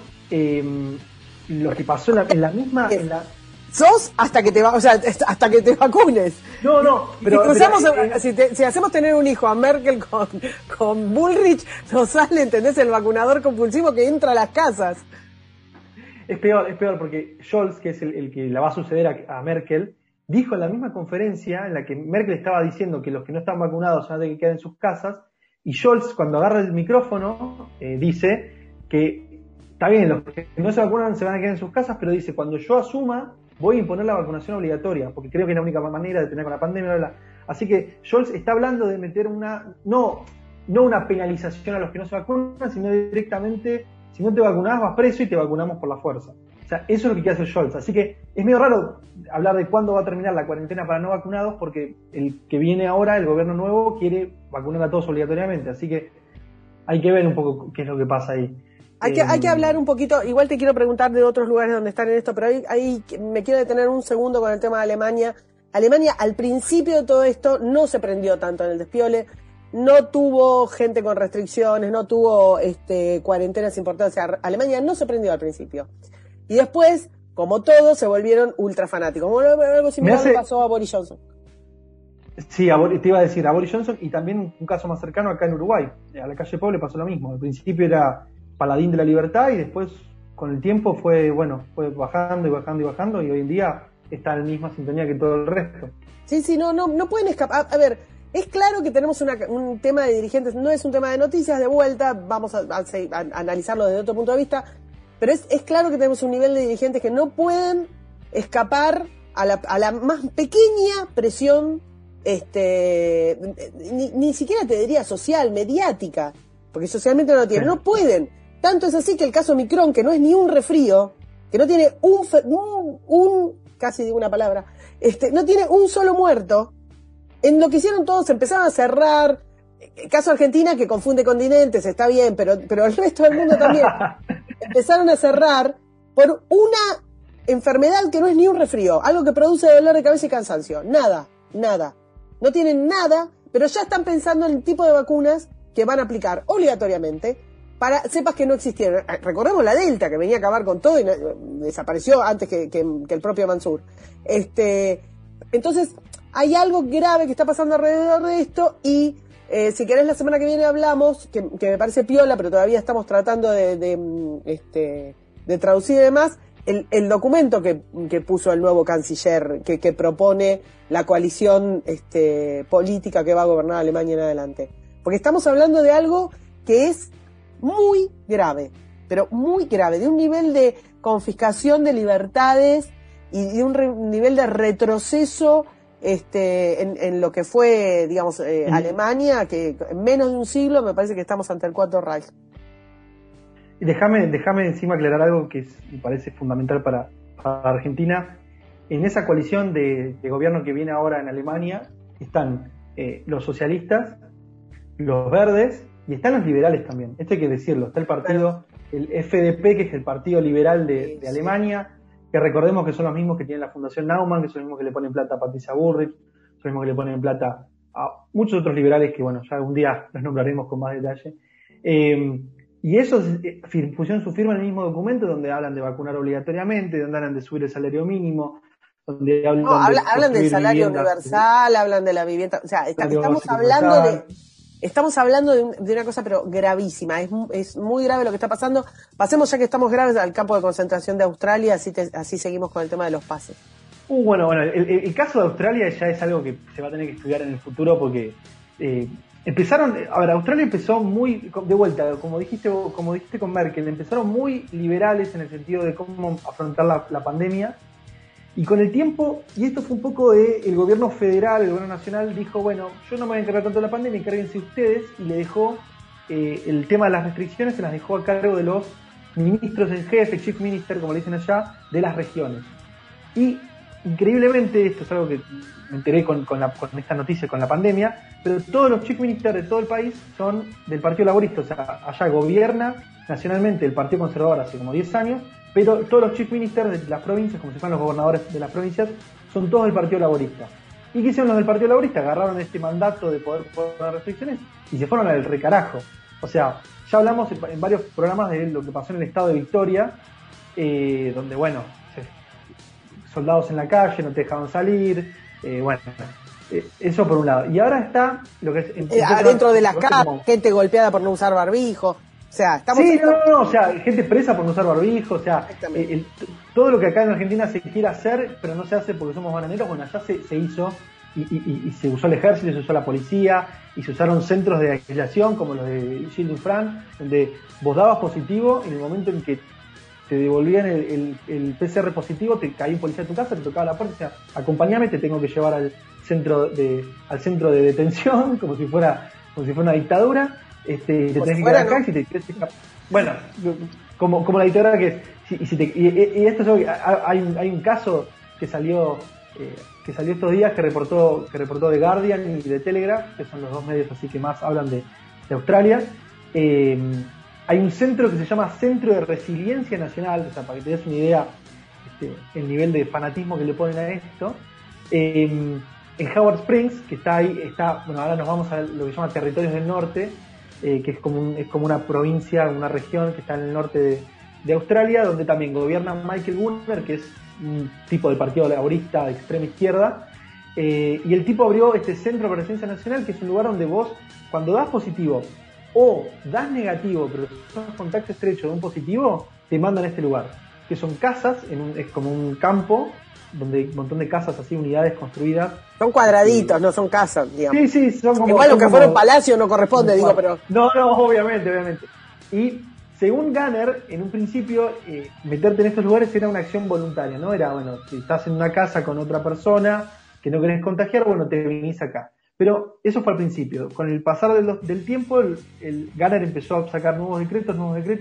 [SPEAKER 3] lo que pasó en la misma...
[SPEAKER 2] sos hasta que hasta que te vacunes.
[SPEAKER 3] No,
[SPEAKER 2] pero si hacemos tener un hijo a Merkel con Bullrich, nos sale, ¿entendés? El vacunador compulsivo que entra a las casas.
[SPEAKER 3] Es peor porque Scholz, que es el que la va a suceder a Merkel, dijo en la misma conferencia en la que Merkel estaba diciendo que los que no están vacunados van a tener que quedar en sus casas, y Scholz, cuando agarra el micrófono, dice que está bien, los que no se vacunan se van a quedar en sus casas, pero dice, cuando yo asuma, voy a imponer la vacunación obligatoria, porque creo que es la única manera de tener con la pandemia, bla, bla. Así que Scholz está hablando de meter no una penalización a los que no se vacunan, sino directamente, si no te vacunás vas preso y te vacunamos por la fuerza. O sea, eso es lo que quiere hacer Scholz. Así que es medio raro hablar de cuándo va a terminar la cuarentena para no vacunados, porque el que viene ahora, el gobierno nuevo, quiere vacunar a todos obligatoriamente. Así que hay que ver un poco qué es lo que pasa ahí.
[SPEAKER 2] Hay que hablar un poquito, igual te quiero preguntar de otros lugares donde están en esto, pero ahí me quiero detener un segundo con el tema de Alemania. Alemania, al principio de todo esto, no se prendió tanto en el despiole, no tuvo gente con restricciones, no tuvo cuarentenas importantes. O sea, Alemania no se prendió al principio. Y después, como todos, se volvieron ultra fanáticos. Como algo similar le pasó a Boris Johnson.
[SPEAKER 3] Sí, te iba a decir, a Boris Johnson, y también un caso más cercano acá en Uruguay. A la calle Pau le pasó lo mismo. Al principio era paladín de la libertad y después, con el tiempo, fue bajando y bajando y bajando, y hoy en día está en la misma sintonía que todo el resto.
[SPEAKER 2] Sí, no pueden escapar. A ver, es claro que tenemos un tema de dirigentes, no es un tema de noticias, de vuelta, vamos a analizarlo desde otro punto de vista, pero es claro que tenemos un nivel de dirigentes que no pueden escapar a la más pequeña presión, ni siquiera te diría social, mediática, porque socialmente no lo tienen, no pueden. Tanto es así que el caso Micron, que no es ni un resfrío, que no tiene casi digo una palabra, no tiene un solo muerto, en lo que hicieron todos empezaron a cerrar. El caso Argentina, que confunde continentes, está bien, pero el resto del mundo también. Empezaron a cerrar por una enfermedad que no es ni un resfrío, algo que produce dolor de cabeza y cansancio. Nada. No tienen nada, pero ya están pensando en el tipo de vacunas que van a aplicar obligatoriamente para cepas que no existieron. Recordemos la Delta, que venía a acabar con todo y desapareció antes que el propio Mansur. Entonces, hay algo grave que está pasando alrededor de esto y si querés la semana que viene hablamos, que me parece piola, pero todavía estamos tratando de traducir y demás, el documento que puso el nuevo canciller, que propone la coalición política que va a gobernar Alemania en adelante. Porque estamos hablando de algo que es muy grave, pero muy grave, de un nivel de confiscación de libertades y de un nivel de retroceso en lo que fue, digamos, Alemania, que en menos de un siglo me parece que estamos ante el Cuarto Reich.
[SPEAKER 3] Y déjame encima aclarar algo que me parece fundamental para Argentina. En esa coalición de gobierno que viene ahora en Alemania están los socialistas, los verdes y están los liberales también. Esto hay que decirlo. Está el partido, el FDP, que es el partido liberal de Alemania, que recordemos que son los mismos que tienen la Fundación Naumann, que son los mismos que le ponen plata a Patricia Bullrich, son los mismos que le ponen plata a muchos otros liberales que, bueno, ya algún día los nombraremos con más detalle. Y esos pusieron su firma en el mismo documento donde hablan de vacunar obligatoriamente, donde hablan de subir el salario mínimo, donde
[SPEAKER 2] hablan del salario universal, hablan de la vivienda, o sea, estamos hablando de una cosa pero gravísima, es muy grave lo que está pasando. Pasemos, ya que estamos graves, al campo de concentración de Australia, así seguimos con el tema de los pases.
[SPEAKER 3] Bueno, el caso de Australia ya es algo que se va a tener que estudiar en el futuro porque Australia empezó muy, de vuelta, como dijiste con Merkel, empezaron muy liberales en el sentido de cómo afrontar la pandemia, y con el tiempo, y esto fue un poco el gobierno federal, el gobierno nacional dijo, bueno, yo no me voy a encargar tanto de la pandemia, encárguense ustedes, y le dejó el tema de las restricciones, se las dejó a cargo de los ministros en jefe, chief minister, como le dicen allá, de las regiones. Y increíblemente, esto es algo que me enteré con esta noticia, con la pandemia, pero todos los chief ministers de todo el país son del Partido Laborista, o sea, allá gobierna nacionalmente el Partido Conservador hace como 10 años, pero todos los chief ministers de las provincias, como se llaman los gobernadores de las provincias, son todos del Partido Laborista. ¿Y qué hicieron los del Partido Laborista? Agarraron este mandato de poder poner restricciones y se fueron al recarajo. O sea, ya hablamos en varios programas de lo que pasó en el estado de Victoria, donde, bueno, soldados en la calle, no te dejaban salir, eso por un lado. Y ahora está lo que es...
[SPEAKER 2] Adentro de las casas, gente golpeada por no usar barbijo. O sea, estamos...
[SPEAKER 3] Sí, no, o sea, gente presa por no usar barbijo, o sea, todo lo que acá en Argentina se quiere hacer, pero no se hace porque somos bananeros, bueno, allá se hizo y se usó el ejército, se usó la policía, y se usaron centros de aislación como los de Gilles Dufran, donde vos dabas positivo, en el momento en que te devolvían el PCR positivo, te caía un policía a tu casa, te tocaba la puerta, o sea, acompáñame, te tengo que llevar al centro de detención, como si fuera una dictadura. Te tenés que quedar acá, y si te quieres escapar, bueno, como la dictadura que es, y esto es algo hay un caso que salió estos días que reportó The Guardian y The Telegraph, que son los dos medios así que más hablan de Australia. Hay un centro que se llama Centro de Resiliencia Nacional, o sea, para que te des una idea el nivel de fanatismo que le ponen a esto, en Howard Springs, que está ahí, bueno, ahora nos vamos a lo que se llama Territorios del Norte, que es como una provincia, una región que está en el norte de Australia, donde también gobierna Michael Gunner, que es un tipo del partido laborista de extrema izquierda, y el tipo abrió este Centro de Presencia Nacional, que es un lugar donde vos, cuando das positivo o das negativo, pero sos contacto estrecho de un positivo, te mandan a este lugar, que son casas, es como un campo, donde hay un montón de casas así, unidades construidas.
[SPEAKER 2] Son cuadraditos, no son casas, digamos.
[SPEAKER 3] Sí, son como...
[SPEAKER 2] Igual lo que fuera un palacio no corresponde, digo, pero...
[SPEAKER 3] No, obviamente. Y según Gunner, en un principio, meterte en estos lugares era una acción voluntaria, ¿no? Era, bueno, si estás en una casa con otra persona que no querés contagiar, bueno, te venís acá. Pero eso fue al principio. Con el pasar del tiempo, el Gunner empezó a sacar nuevos decretos,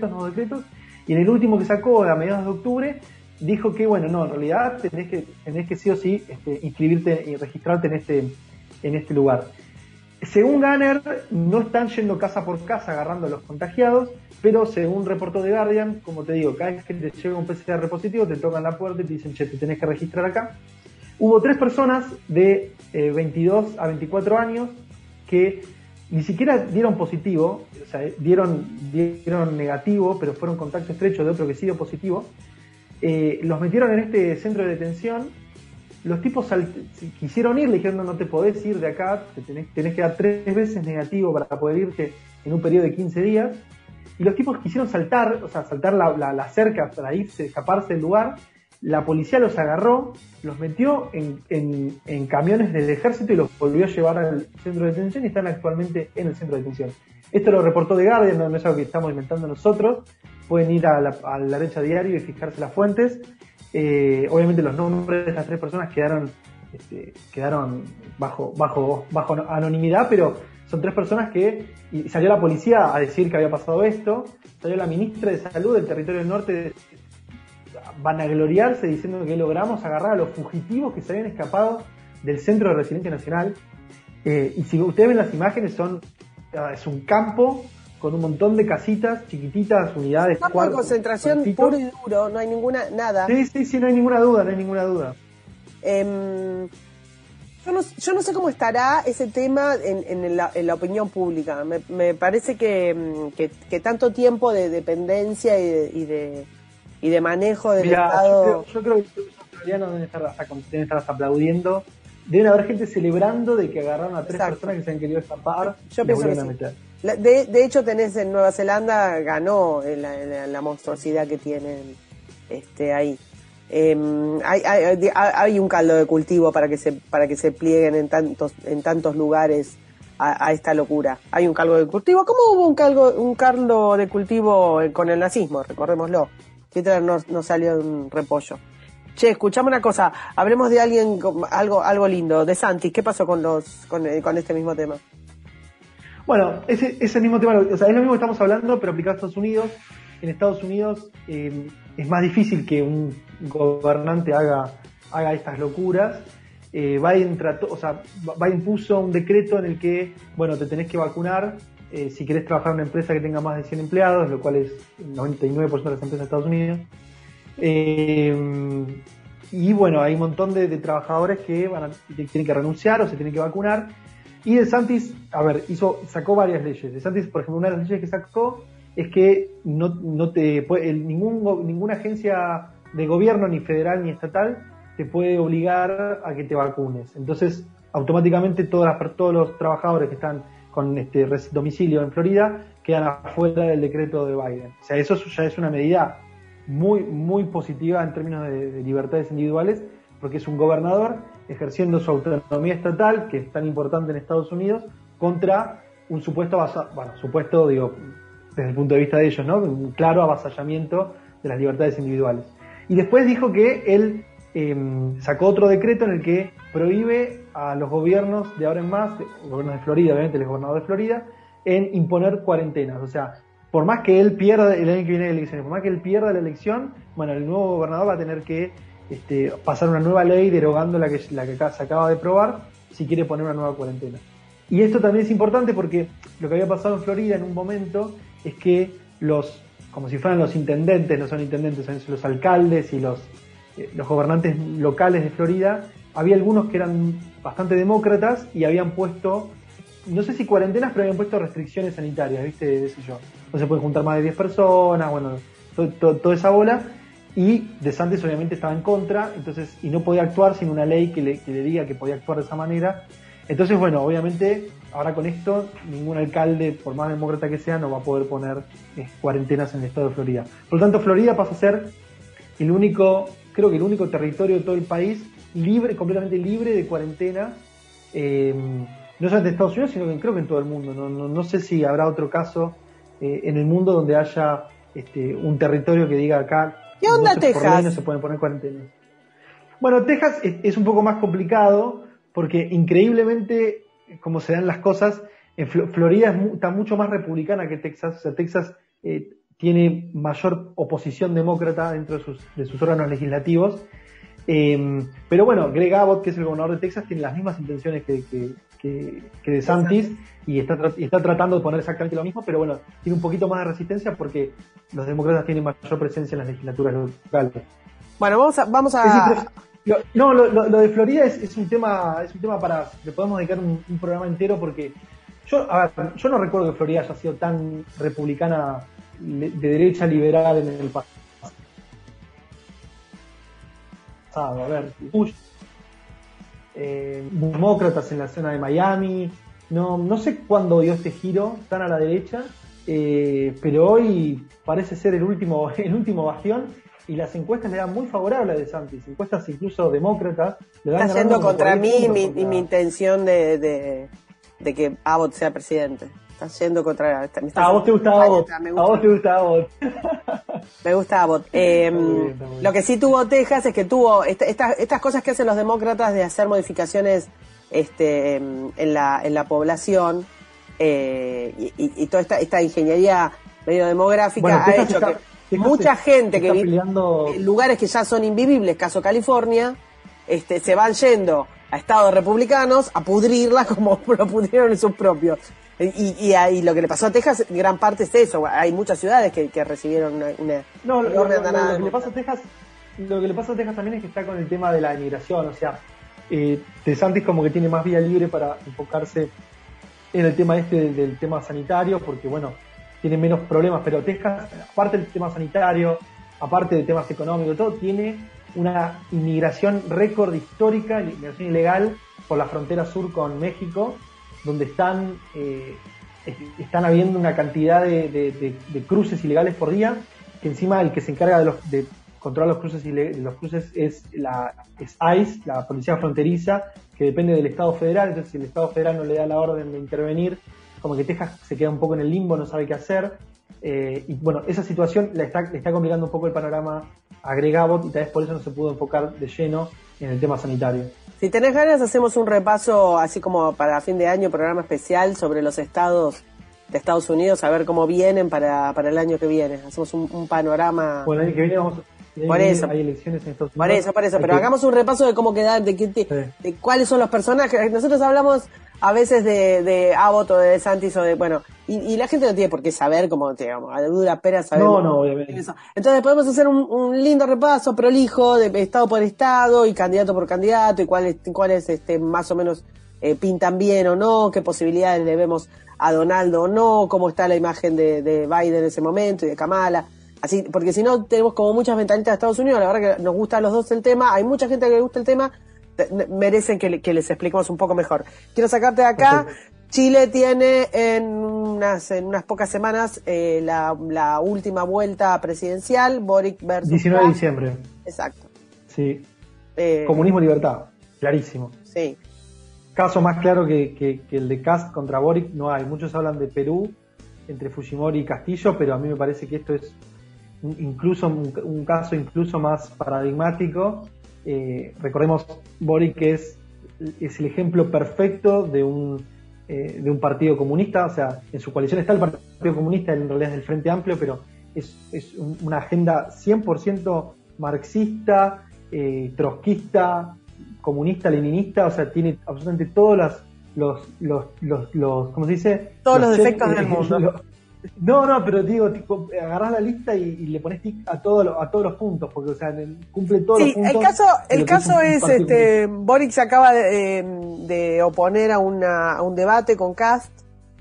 [SPEAKER 3] y en el último que sacó, a mediados de octubre, dijo que, bueno, no, en realidad tenés que sí o sí inscribirte y registrarte en este lugar. Según Gunner, no están yendo casa por casa agarrando a los contagiados, pero según reportó The Guardian, como te digo, cada vez que te llega un PCR positivo, te tocan la puerta y te dicen, che, te tenés que registrar acá. Hubo 3 personas de 22 a 24 años que ni siquiera dieron positivo, o sea, dieron negativo, pero fueron contacto estrecho de otro que sí dio positivo. Los metieron en este centro de detención. Los tipos quisieron ir, le dijeron no te podés ir de acá, tenés que dar 3 veces negativo para poder irte en un periodo de 15 días. Y los tipos quisieron saltar la cerca para irse, escaparse del lugar. La policía los agarró, los metió en camiones del ejército y los volvió a llevar al centro de detención, y están actualmente en el centro de detención. Esto lo reportó The Guardian, no es algo que estamos inventando nosotros. Pueden ir a la derecha diario y fijarse las fuentes. Obviamente los nombres de estas 3 personas quedaron bajo anonimidad, pero son 3 personas y salió la policía a decir que había pasado esto, salió la ministra de Salud del Territorio del Norte vanagloriarse diciendo que logramos agarrar a los fugitivos que se habían escapado del Centro de Resiliencia Nacional. Y si ustedes ven las imágenes, es un campo con un montón de casitas chiquititas, unidades,
[SPEAKER 2] campo de concentración puro y duro, no hay nada.
[SPEAKER 3] Sí, no hay ninguna duda.
[SPEAKER 2] Yo no sé cómo estará ese tema en la opinión pública. Me parece que tanto tiempo de dependencia y de manejo del Estado...
[SPEAKER 3] Yo creo que los australianos deben estar hasta aplaudiendo. Deben haber gente celebrando de que agarraron a 3 personas que se han querido escapar.
[SPEAKER 2] Yo pienso que sí. De hecho, tenés en Nueva Zelanda, ganó la monstruosidad que tienen ahí. Hay un caldo de cultivo para que se plieguen en tantos lugares a esta locura. Hay un caldo de cultivo. ¿Cómo hubo un caldo de cultivo con el nazismo? Recordémoslo. Hitler no salió de un repollo. Che, escuchame una cosa. Hablemos de alguien algo lindo. De Santis, ¿qué pasó con este mismo tema?
[SPEAKER 3] Bueno, ese mismo tema, o sea, es lo mismo que estamos hablando, pero aplicado a Estados Unidos. En Estados Unidos es más difícil que un gobernante haga estas locuras. Biden puso un decreto en el que, bueno, te tenés que vacunar si querés trabajar en una empresa que tenga más de 100 empleados, lo cual es el 99% de las empresas de Estados Unidos. Y bueno, hay un montón de trabajadores que tienen que renunciar o se tienen que vacunar. Y DeSantis, sacó varias leyes. DeSantis, por ejemplo, una de las leyes que sacó es que ninguna agencia de gobierno, ni federal ni estatal, te puede obligar a que te vacunes. Entonces, automáticamente todos los trabajadores que están con domicilio en Florida quedan afuera del decreto de Biden. O sea, eso ya es una medida muy, muy positiva en términos de libertades individuales, porque es un gobernador ejerciendo su autonomía estatal, que es tan importante en Estados Unidos, contra un supuesto, digo, desde el punto de vista de ellos, ¿no? Un claro avasallamiento de las libertades individuales. Y después dijo que él sacó otro decreto en el que prohíbe a los gobiernos de ahora en más, gobiernos de Florida, obviamente el gobernador de Florida, en imponer cuarentenas. O sea, por más que él pierda el año que viene de elecciones, por más que él pierda la elección, bueno, el nuevo gobernador va a tener que pasar una nueva ley derogando la que se acaba de aprobar si quiere poner una nueva cuarentena. Y esto también es importante porque lo que había pasado en Florida en un momento es que como si fueran los intendentes, no son intendentes, son los alcaldes y los gobernantes locales de Florida, había algunos que eran bastante demócratas y habían puesto, no sé si cuarentenas, pero habían puesto restricciones sanitarias, ¿viste? Qué sé yo. No se pueden juntar más de 10 personas, bueno, toda esa bola. Y DeSantis obviamente estaba en contra, entonces, y no podía actuar sin una ley que le diga que podía actuar de esa manera. Entonces, bueno, obviamente, ahora con esto, ningún alcalde, por más demócrata que sea, no va a poder poner cuarentenas en el estado de Florida. Por lo tanto, Florida pasa a ser creo que el único territorio de todo el país completamente libre de cuarentena, no solamente en Estados Unidos, sino que creo que en todo el mundo. No sé si habrá otro caso en el mundo donde haya un territorio que diga acá,
[SPEAKER 2] ¿qué onda Texas?
[SPEAKER 3] No se pueden poner cuarentenas. Bueno, Texas es un poco más complicado porque increíblemente, como se dan las cosas, en Florida está mucho más republicana que Texas. O sea, Texas tiene mayor oposición demócrata dentro de sus órganos legislativos. Pero bueno, Greg Abbott, que es el gobernador de Texas, tiene las mismas intenciones que DeSantis y está tratando de poner exactamente lo mismo, pero bueno, tiene un poquito más de resistencia porque los demócratas tienen mayor presencia en las legislaturas locales.
[SPEAKER 2] Bueno, vamos a...
[SPEAKER 3] Lo de Florida es un tema para... Le podemos dedicar un programa entero porque yo no recuerdo que Florida haya sido tan republicana de derecha liberal en el pasado. A ver, Bush, demócratas en la zona de Miami, no sé cuándo dio este giro tan a la derecha, pero hoy parece ser el último bastión y las encuestas le dan muy favorable a DeSantis, encuestas incluso demócratas le dan.
[SPEAKER 2] Está yendo contra mí mi intención de que Abbott sea presidente. Está yendo contra...
[SPEAKER 3] A vos te gusta Abbott. A vos te gusta Abbott.
[SPEAKER 2] Me gusta Abbott. Lo que sí tuvo Texas es que tuvo estas cosas que hacen los demócratas de hacer modificaciones en la población y toda esta ingeniería medio demográfica ha hecho que mucha gente que vive en lugares que ya son invivibles, caso California, se van yendo a estados republicanos a pudrirla como lo pudrieron en sus propios. Y lo que le pasó a Texas, gran parte es eso. Hay muchas ciudades que recibieron una
[SPEAKER 3] lo que le pasa a Texas también es que está con el tema de la inmigración. O sea, DeSantis como que tiene más vía libre para enfocarse en el tema del tema sanitario, porque bueno, tiene menos problemas. Pero Texas, aparte del tema sanitario, aparte de temas económicos, todo, tiene una inmigración récord histórica, inmigración ilegal por la frontera sur con México, donde están habiendo una cantidad de cruces ilegales por día, que encima el que se encarga de controlar los cruces es ICE, la policía fronteriza, que depende del Estado federal. Entonces si el Estado federal no le da la orden de intervenir, como que Texas se queda un poco en el limbo, no sabe qué hacer, y bueno, esa situación le está complicando un poco el panorama a Greg Abbott, y tal vez por eso no se pudo enfocar de lleno en el tema sanitario.
[SPEAKER 2] Si tenés ganas, hacemos un repaso, así como para fin de año, programa especial sobre los estados de Estados Unidos, a ver cómo vienen para el año que viene. Hacemos un panorama.
[SPEAKER 3] Bueno, el año que viene hay elecciones en Estados Unidos.
[SPEAKER 2] Por eso, pero hagamos un repaso de cómo quedan, de cuáles son los personajes. Nosotros hablamos a veces de Abbott o de DeSantis o de, bueno, y la gente no tiene por qué saber, como digamos, a dura pera saber.
[SPEAKER 3] No, obviamente.
[SPEAKER 2] Eso. Entonces podemos hacer un lindo repaso prolijo de estado por estado y candidato por candidato y cuáles más o menos pintan bien o no, qué posibilidades le vemos a Donaldo o no, cómo está la imagen de Biden en ese momento y de Kamala. Así, porque si no tenemos como muchas ventanitas de Estados Unidos, la verdad que nos gusta a los dos el tema, hay mucha gente que le gusta el tema, merecen que les expliquemos un poco mejor. Quiero sacarte de acá. Chile tiene en unas pocas semanas la última vuelta presidencial, Boric versus
[SPEAKER 3] 19 de diciembre.
[SPEAKER 2] Exacto.
[SPEAKER 3] Sí. Comunismo libertad, clarísimo.
[SPEAKER 2] Sí.
[SPEAKER 3] Caso más claro que el de Kast contra Boric no hay. Muchos hablan de Perú entre Fujimori y Castillo, pero a mí me parece que esto es incluso un caso incluso más paradigmático. Recordemos, Boric es el ejemplo perfecto de un partido comunista. O sea, en su coalición está el Partido Comunista, en realidad es del Frente Amplio, pero es una agenda 100% marxista, trotskista, comunista, leninista. O sea, tiene absolutamente todos los ¿cómo se dice?
[SPEAKER 2] Todos los defectos del mundo.
[SPEAKER 3] No, pero digo, tipo, agarrás la lista y le pones tic a todos los puntos, porque, o sea, cumple todos los puntos.
[SPEAKER 2] El caso es Boric se acaba de oponer a un debate con Kast.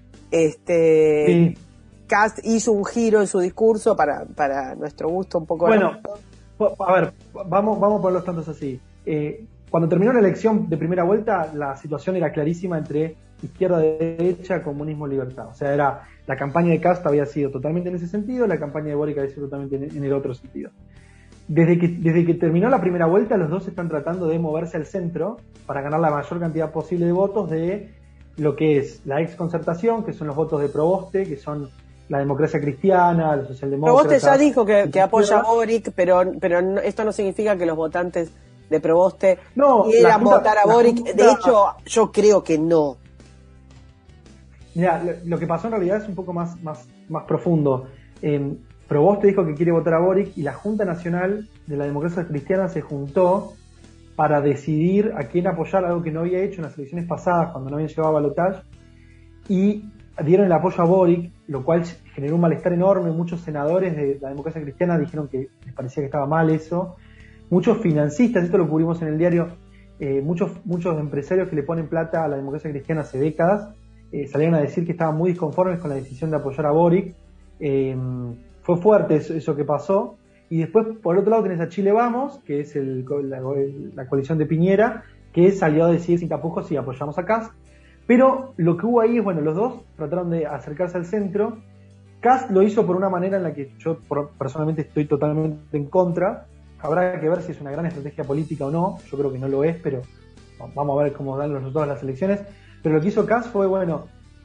[SPEAKER 3] Sí.
[SPEAKER 2] Kast hizo un giro en su discurso para nuestro gusto un poco.
[SPEAKER 3] Bueno, a ver, vamos por los tantos así. Cuando terminó la elección de primera vuelta, la situación era clarísima entre izquierda, derecha, comunismo, libertad. O sea, la campaña de Kast había sido totalmente en ese sentido, la campaña de Boric había sido totalmente en el otro sentido. Desde que terminó la primera vuelta, los dos están tratando de moverse al centro para ganar la mayor cantidad posible de votos de lo que es la exconcertación, que son los votos de Proboste, que son la democracia cristiana, los socialdemócratas.
[SPEAKER 2] Proboste ya dijo que apoya a Boric, pero esto no significa que los votantes de Proboste quieran votar a Boric. De hecho, yo creo que no.
[SPEAKER 3] Mira, lo que pasó en realidad es un poco más profundo. Proboste dijo que quiere votar a Boric y la Junta Nacional de la Democracia Cristiana se juntó para decidir a quién apoyar, algo que no había hecho en las elecciones pasadas cuando no habían llegado a balotaje, y dieron el apoyo a Boric, lo cual generó un malestar enorme. Muchos senadores de la Democracia Cristiana dijeron que les parecía que estaba mal eso. Muchos financistas, esto lo cubrimos en el diario, muchos empresarios que le ponen plata a la Democracia Cristiana hace décadas, salieron a decir que estaban muy disconformes con la decisión de apoyar a Boric. Fue fuerte eso que pasó. Y después, por el otro lado, tenés a Chile Vamos, que es la coalición de Piñera, que salió a decir sin tapujos si apoyamos a Kast. Pero lo que hubo ahí es, bueno, los dos trataron de acercarse al centro. Kast lo hizo por una manera en la que yo personalmente estoy totalmente en contra. Habrá que ver si es una gran estrategia política o no. Yo creo que no lo es, pero vamos a ver cómo dan los resultados de las elecciones. Pero lo que hizo Kast fue, bueno,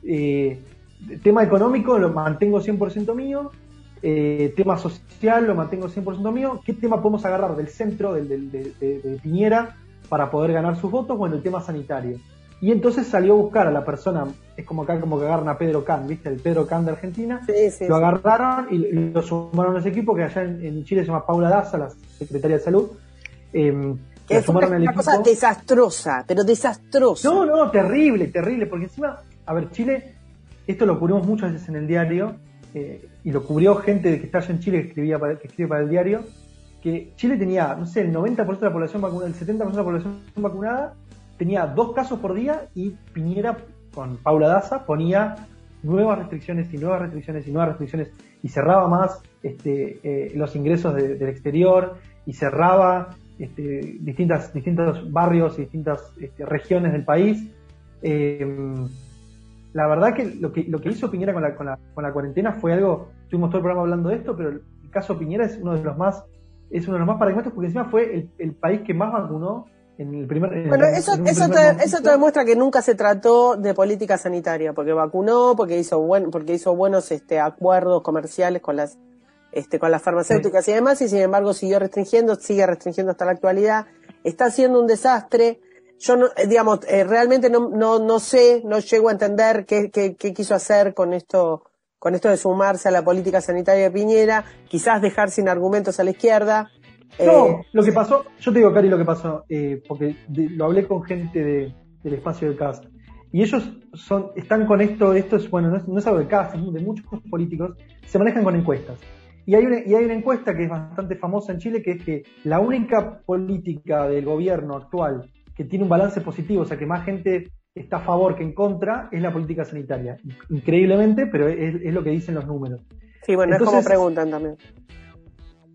[SPEAKER 3] tema económico lo mantengo 100% mío, tema social lo mantengo 100% mío. ¿Qué tema podemos agarrar del centro, de Piñera, para poder ganar sus votos? Bueno, el tema sanitario. Y entonces salió a buscar a la persona, es como que agarran a Pedro Can, ¿viste? El Pedro Can de Argentina.
[SPEAKER 2] Sí,
[SPEAKER 3] lo agarraron y lo sumaron a ese equipo, que allá en Chile se llama Paula Daza, la secretaria de Salud.
[SPEAKER 2] Que es una cosa desastrosa, pero desastrosa.
[SPEAKER 3] No, terrible, porque encima, a ver, Chile, esto lo cubrimos muchas veces en el diario, y lo cubrió gente que está allá en Chile que escribe para el diario, que Chile tenía, no sé, el 90% de la población vacunada, el 70% de la población vacunada, tenía 2 casos por día, y Piñera, con Paula Daza, ponía nuevas restricciones y nuevas restricciones y nuevas restricciones, y cerraba más los ingresos del exterior, y cerraba distintos barrios y distintas regiones del país. La verdad que lo que hizo Piñera con la cuarentena fue algo, estuvimos todo el programa hablando de esto, pero el caso Piñera es uno de los más paradigmáticos, porque encima fue el país que más vacunó en el primer.
[SPEAKER 2] Bueno, eso te demuestra que nunca se trató de política sanitaria, porque vacunó, porque hizo buenos acuerdos comerciales con las farmacéuticas, sí, y demás, y sin embargo sigue restringiendo hasta la actualidad. Está haciendo un desastre. Yo realmente no sé, no llego a entender qué quiso hacer con esto de sumarse a la política sanitaria de Piñera, quizás dejar sin argumentos a la izquierda.
[SPEAKER 3] No, lo que pasó, yo te digo, Cari, lo que pasó, porque lo hablé con gente del espacio de Kast, y ellos están con esto es, bueno, no es algo de Kast, es de muchos políticos, se manejan con encuestas. Y hay una encuesta que es bastante famosa en Chile, que es que la única política del gobierno actual que tiene un balance positivo, o sea que más gente está a favor que en contra, es la política sanitaria. Increíblemente, pero es lo que dicen los números.
[SPEAKER 2] Sí, bueno, entonces, es como preguntan también.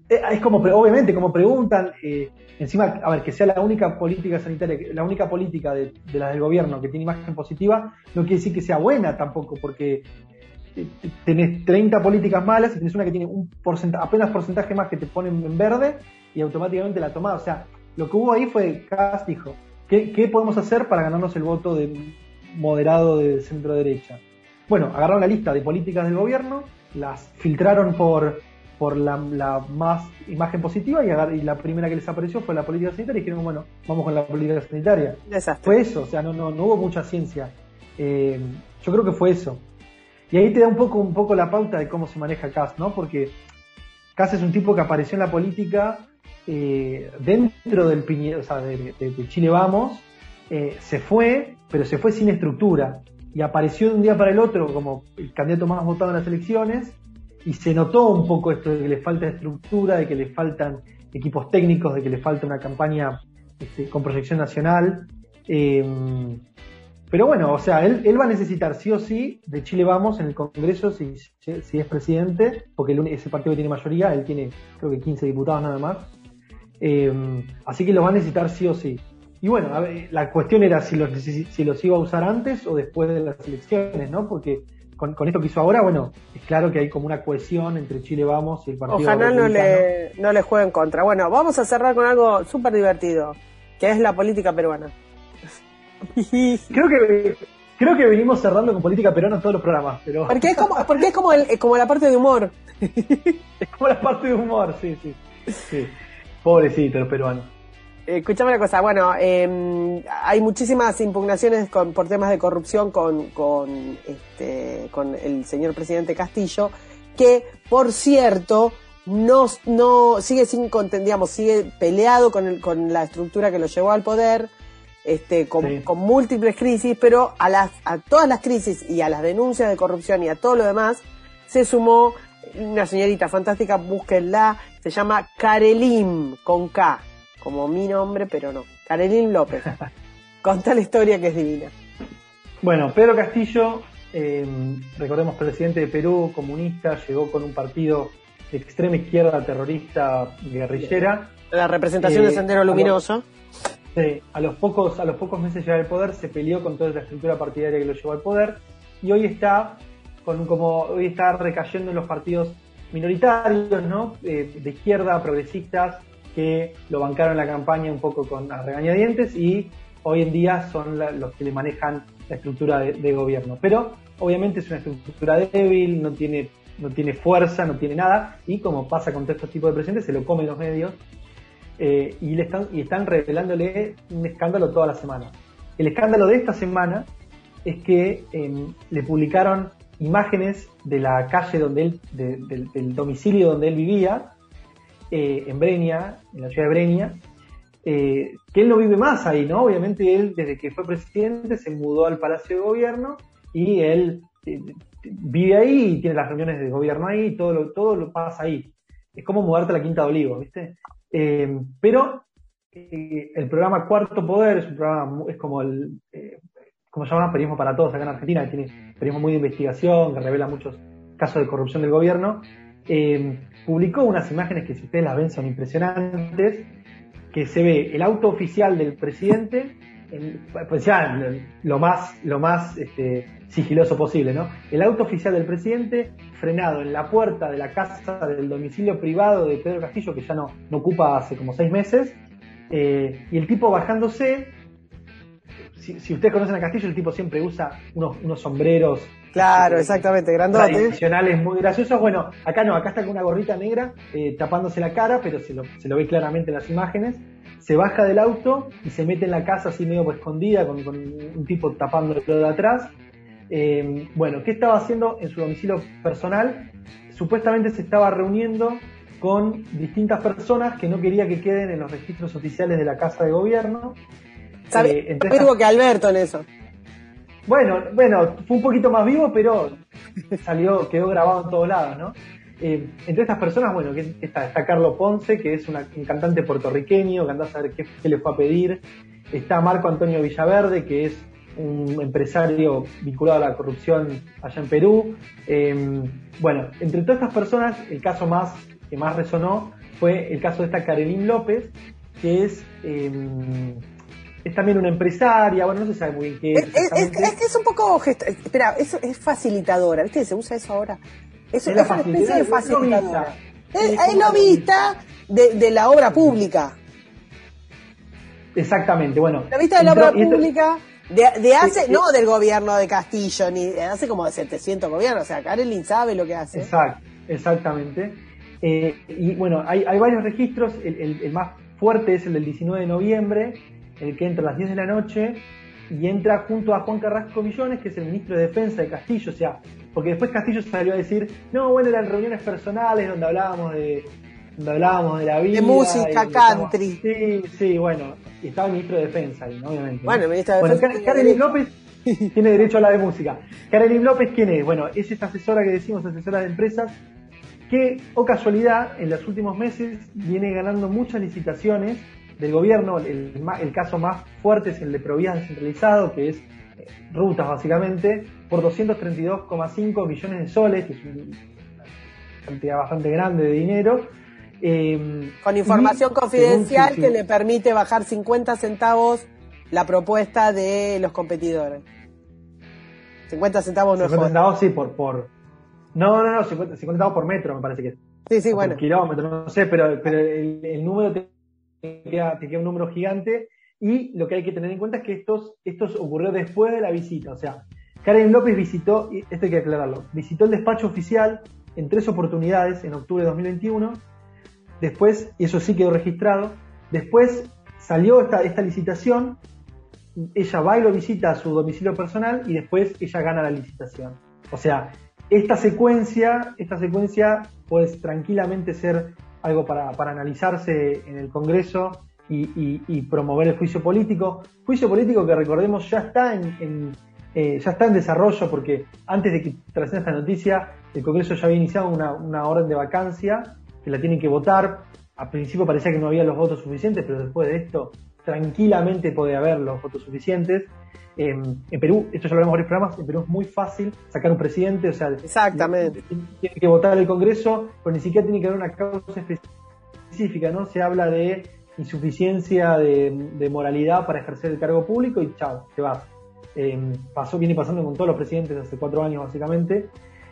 [SPEAKER 3] es como, obviamente, como preguntan, encima, a ver, que sea la única política sanitaria, la única política de las del gobierno que tiene imagen positiva, no quiere decir que sea buena tampoco, porque tenés 30 políticas malas y tenés una que tiene un apenas porcentaje más que te ponen en verde y automáticamente la tomás. O sea, lo que hubo ahí fue, Kast dijo, ¿qué podemos hacer para ganarnos el voto de moderado de centro derecha? Bueno, agarraron la lista de políticas del gobierno, las filtraron por la más imagen positiva y la primera que les apareció fue la política sanitaria y dijeron, bueno, vamos con la política sanitaria.
[SPEAKER 2] Desastre.
[SPEAKER 3] Fue eso, o sea, no hubo mucha ciencia. Yo creo que fue eso. Y ahí te da un poco la pauta de cómo se maneja Kast, ¿no? Porque Kast es un tipo que apareció en la política dentro del o sea, de Chile Vamos, se fue, pero se fue sin estructura. Y apareció de un día para el otro como el candidato más votado en las elecciones, y se notó un poco esto de que le falta estructura, de que le faltan equipos técnicos, de que le falta una campaña con proyección nacional. Pero bueno, o sea, él va a necesitar sí o sí de Chile Vamos en el Congreso si es presidente, porque ese partido tiene mayoría, él tiene creo que 15 diputados nada más. Así que lo va a necesitar sí o sí. Y bueno, a ver, la cuestión era si los iba a usar antes o después de las elecciones, ¿no? Porque con esto que hizo ahora, bueno, es claro que hay como una cohesión entre Chile Vamos y el Partido
[SPEAKER 2] Ojalá no le juegue en contra. Bueno, vamos a cerrar con algo súper divertido, que es la política peruana.
[SPEAKER 3] Creo que venimos cerrando con política peruana en todos los programas, pero...
[SPEAKER 2] Porque es como la parte de humor.
[SPEAKER 3] Es como la parte de humor, sí. Pobrecito los peruanos.
[SPEAKER 2] Escuchame una cosa, bueno, hay muchísimas impugnaciones por temas de corrupción con el señor presidente Castillo, que por cierto no sigue sigue peleado con la estructura que lo llevó al poder, con múltiples crisis, pero a todas las crisis y a las denuncias de corrupción y a todo lo demás se sumó una señorita fantástica, búsquenla, se llama Karelim, con K, como mi nombre, pero no, Karelim López. Contá la historia que es divina.
[SPEAKER 3] Bueno, Pedro Castillo, recordemos, presidente de Perú, comunista, llegó con un partido de extrema izquierda, terrorista, guerrillera.
[SPEAKER 2] La representación de Sendero Luminoso.
[SPEAKER 3] A los pocos meses de llegar al poder se peleó con toda la estructura partidaria que lo llevó al poder y hoy está recayendo en los partidos minoritarios, ¿no? De izquierda, progresistas, que lo bancaron en la campaña un poco a regañadientes y hoy en día son los que le manejan la estructura de gobierno. Pero obviamente es una estructura débil, no tiene fuerza, no tiene nada, y como pasa con todos estos tipos de presidentes, se lo comen los medios y están revelándole un escándalo toda la semana. El escándalo de esta semana es que le publicaron imágenes de la calle del domicilio donde él vivía, en Breña, en la ciudad de Breña, que él no vive más ahí, ¿no? Obviamente él, desde que fue presidente, se mudó al Palacio de Gobierno y él vive ahí y tiene las reuniones de gobierno ahí y todo lo pasa ahí. Es como mudarte a la Quinta de Olivos, ¿viste? Pero el programa Cuarto Poder es un programa, es como como se llama, Periodismo para Todos acá en Argentina, que tiene periodismo muy de investigación, que revela muchos casos de corrupción del gobierno. Publicó unas imágenes que, si ustedes las ven, son impresionantes, que se ve el auto oficial del presidente, pues ya lo más sigiloso posible, ¿no? El auto oficial del presidente frenado en la puerta de la casa del domicilio privado de Pedro Castillo, que ya no ocupa hace como 6 meses, y el tipo bajándose. Si ustedes conocen a Castillo, el tipo siempre usa unos sombreros.
[SPEAKER 2] Claro, exactamente, grandotes.
[SPEAKER 3] Tradicionales, muy graciosos. Bueno, acá no, acá está con una gorrita negra tapándose la cara, pero se lo ve claramente en las imágenes. Se baja del auto y se mete en la casa así medio escondida, con un tipo tapándolo de atrás. Bueno, ¿qué estaba haciendo en su domicilio personal? Supuestamente se estaba reuniendo con distintas personas que no quería que queden en los registros oficiales de la Casa de Gobierno.
[SPEAKER 2] Vivo que Alberto en eso.
[SPEAKER 3] Bueno, fue un poquito más vivo, pero quedó grabado en todos lados, ¿no? Entre estas personas, bueno, está Carlos Ponce, que es un cantante puertorriqueño, que andá a saber qué le fue a pedir. Está Marco Antonio Villaverde, que es un empresario vinculado a la corrupción allá en Perú. Bueno, entre todas estas personas, el caso que más resonó fue el caso de esta Karelyn López, que es también una empresaria, bueno, no se sabe muy bien qué es.
[SPEAKER 2] Es que es un poco... Espera, es facilitadora, ¿viste? Se usa eso ahora. Es una especie de facilitadora. Es lobista de la obra pública.
[SPEAKER 3] Exactamente, bueno.
[SPEAKER 2] Lobista de la obra pública... no del gobierno de Castillo, ni hace como de 700 gobiernos, o sea, Karelyn sabe lo que hace.
[SPEAKER 3] Exactamente. Y bueno, hay varios registros, el más fuerte es el del 19 de noviembre, el que entra a las 10 de la noche y entra junto a Juan Carrasco Millones, que es el ministro de Defensa de Castillo, o sea, porque después Castillo salió a decir, no, bueno, eran reuniones personales donde hablábamos de la vida.
[SPEAKER 2] De música, country.
[SPEAKER 3] Sí, bueno, y estaba el ministro de Defensa ahí, ¿no? Obviamente.
[SPEAKER 2] Bueno, el ministro de Defensa.
[SPEAKER 3] Bueno, Karelyn López tiene derecho a hablar de música. Karelyn López, ¿quién es? Bueno, es esta asesora que decimos, asesora de empresas, que, o casualidad, en los últimos meses viene ganando muchas licitaciones del gobierno. El caso más fuerte es el de Provías descentralizado, que es rutas básicamente, por 232,5 millones de soles, que es una cantidad bastante grande de dinero.
[SPEAKER 2] Con información confidencial que le permite bajar 50 centavos la propuesta de los competidores. 50 centavos no es
[SPEAKER 3] 50 centavos, sí, No, 50 centavos por metro me parece que es.
[SPEAKER 2] Sí, bueno.
[SPEAKER 3] Por kilómetro, no sé, pero el número te queda un número gigante, y lo que hay que tener en cuenta es que esto ocurrió después de la visita. O sea, Karelyn López visitó, y esto hay que aclararlo, visitó el despacho oficial en 3 oportunidades en octubre de 2021. Después, y eso sí quedó registrado, después salió esta licitación, ella va y lo visita a su domicilio personal y después ella gana la licitación. O sea, esta secuencia puede tranquilamente ser algo para analizarse en el Congreso y promover el juicio político. Juicio político que, recordemos, ya está en desarrollo, porque antes de que trascienda esta noticia, el Congreso ya había iniciado una orden de vacancia que la tienen que votar. Al principio parecía que no había los votos suficientes, pero después de esto tranquilamente puede haber los votos suficientes. En Perú, esto ya lo hablamos en varios programas, en Perú es muy fácil sacar un presidente, o sea,
[SPEAKER 2] exactamente,
[SPEAKER 3] tiene que votar el Congreso, pero ni siquiera tiene que haber una causa específica, ¿no? Se habla de insuficiencia de moralidad para ejercer el cargo público y chao, te vas. Viene pasando con todos los presidentes hace 4 años básicamente.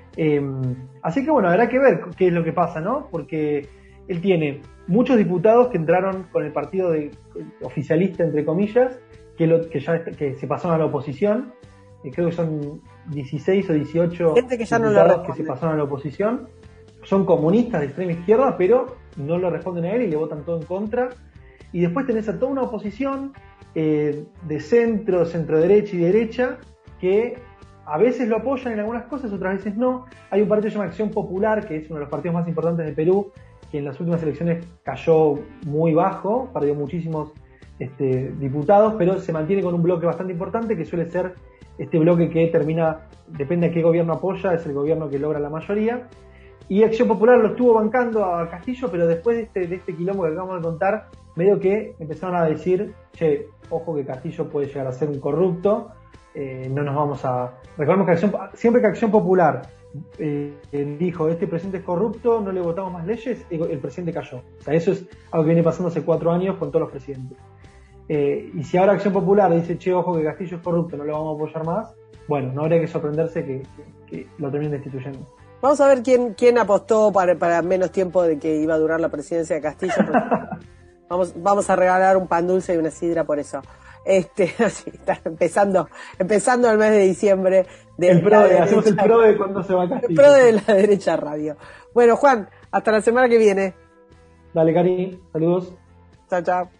[SPEAKER 3] Así que bueno, habrá que ver qué es lo que pasa, ¿no? Porque él tiene muchos diputados que entraron con el partido oficialista, entre comillas, que se pasaron a la oposición. Creo que son 16 o 18
[SPEAKER 2] gente que ya
[SPEAKER 3] diputados que se pasaron a la oposición. Son comunistas de extrema izquierda, pero no le responden a él y le votan todo en contra. Y después tenés a toda una oposición de centro derecha y derecha, que a veces lo apoyan en algunas cosas, otras veces no. Hay un partido que se llama Acción Popular, que es uno de los partidos más importantes de Perú, que en las últimas elecciones cayó muy bajo, perdió muchísimos diputados, pero se mantiene con un bloque bastante importante, que suele ser este bloque que depende de qué gobierno apoya, es el gobierno que logra la mayoría. Y Acción Popular lo estuvo bancando a Castillo, pero después de este quilombo que acabamos de contar, medio que empezaron a decir, che, ojo que Castillo puede llegar a ser un corrupto, no nos vamos a... Recordemos que siempre que Acción Popular dijo, este presidente es corrupto, no le votamos más leyes, el presidente cayó. O sea, eso es algo que viene pasando hace 4 años con todos los presidentes. Y si ahora Acción Popular dice, che, ojo que Castillo es corrupto, no lo vamos a apoyar más, bueno, no habría que sorprenderse que lo terminen destituyendo.
[SPEAKER 2] Vamos a ver quién apostó para menos tiempo de que iba a durar la presidencia de Castillo. Vamos a regalar un pan dulce y una sidra por eso. Así, está empezando el mes de diciembre.
[SPEAKER 3] Hacemos el pro de cuando se va Castillo.
[SPEAKER 2] El pro de la derecha radio. Bueno, Juan, hasta la semana que viene.
[SPEAKER 3] Dale, Cari, saludos.
[SPEAKER 2] Chao, chao.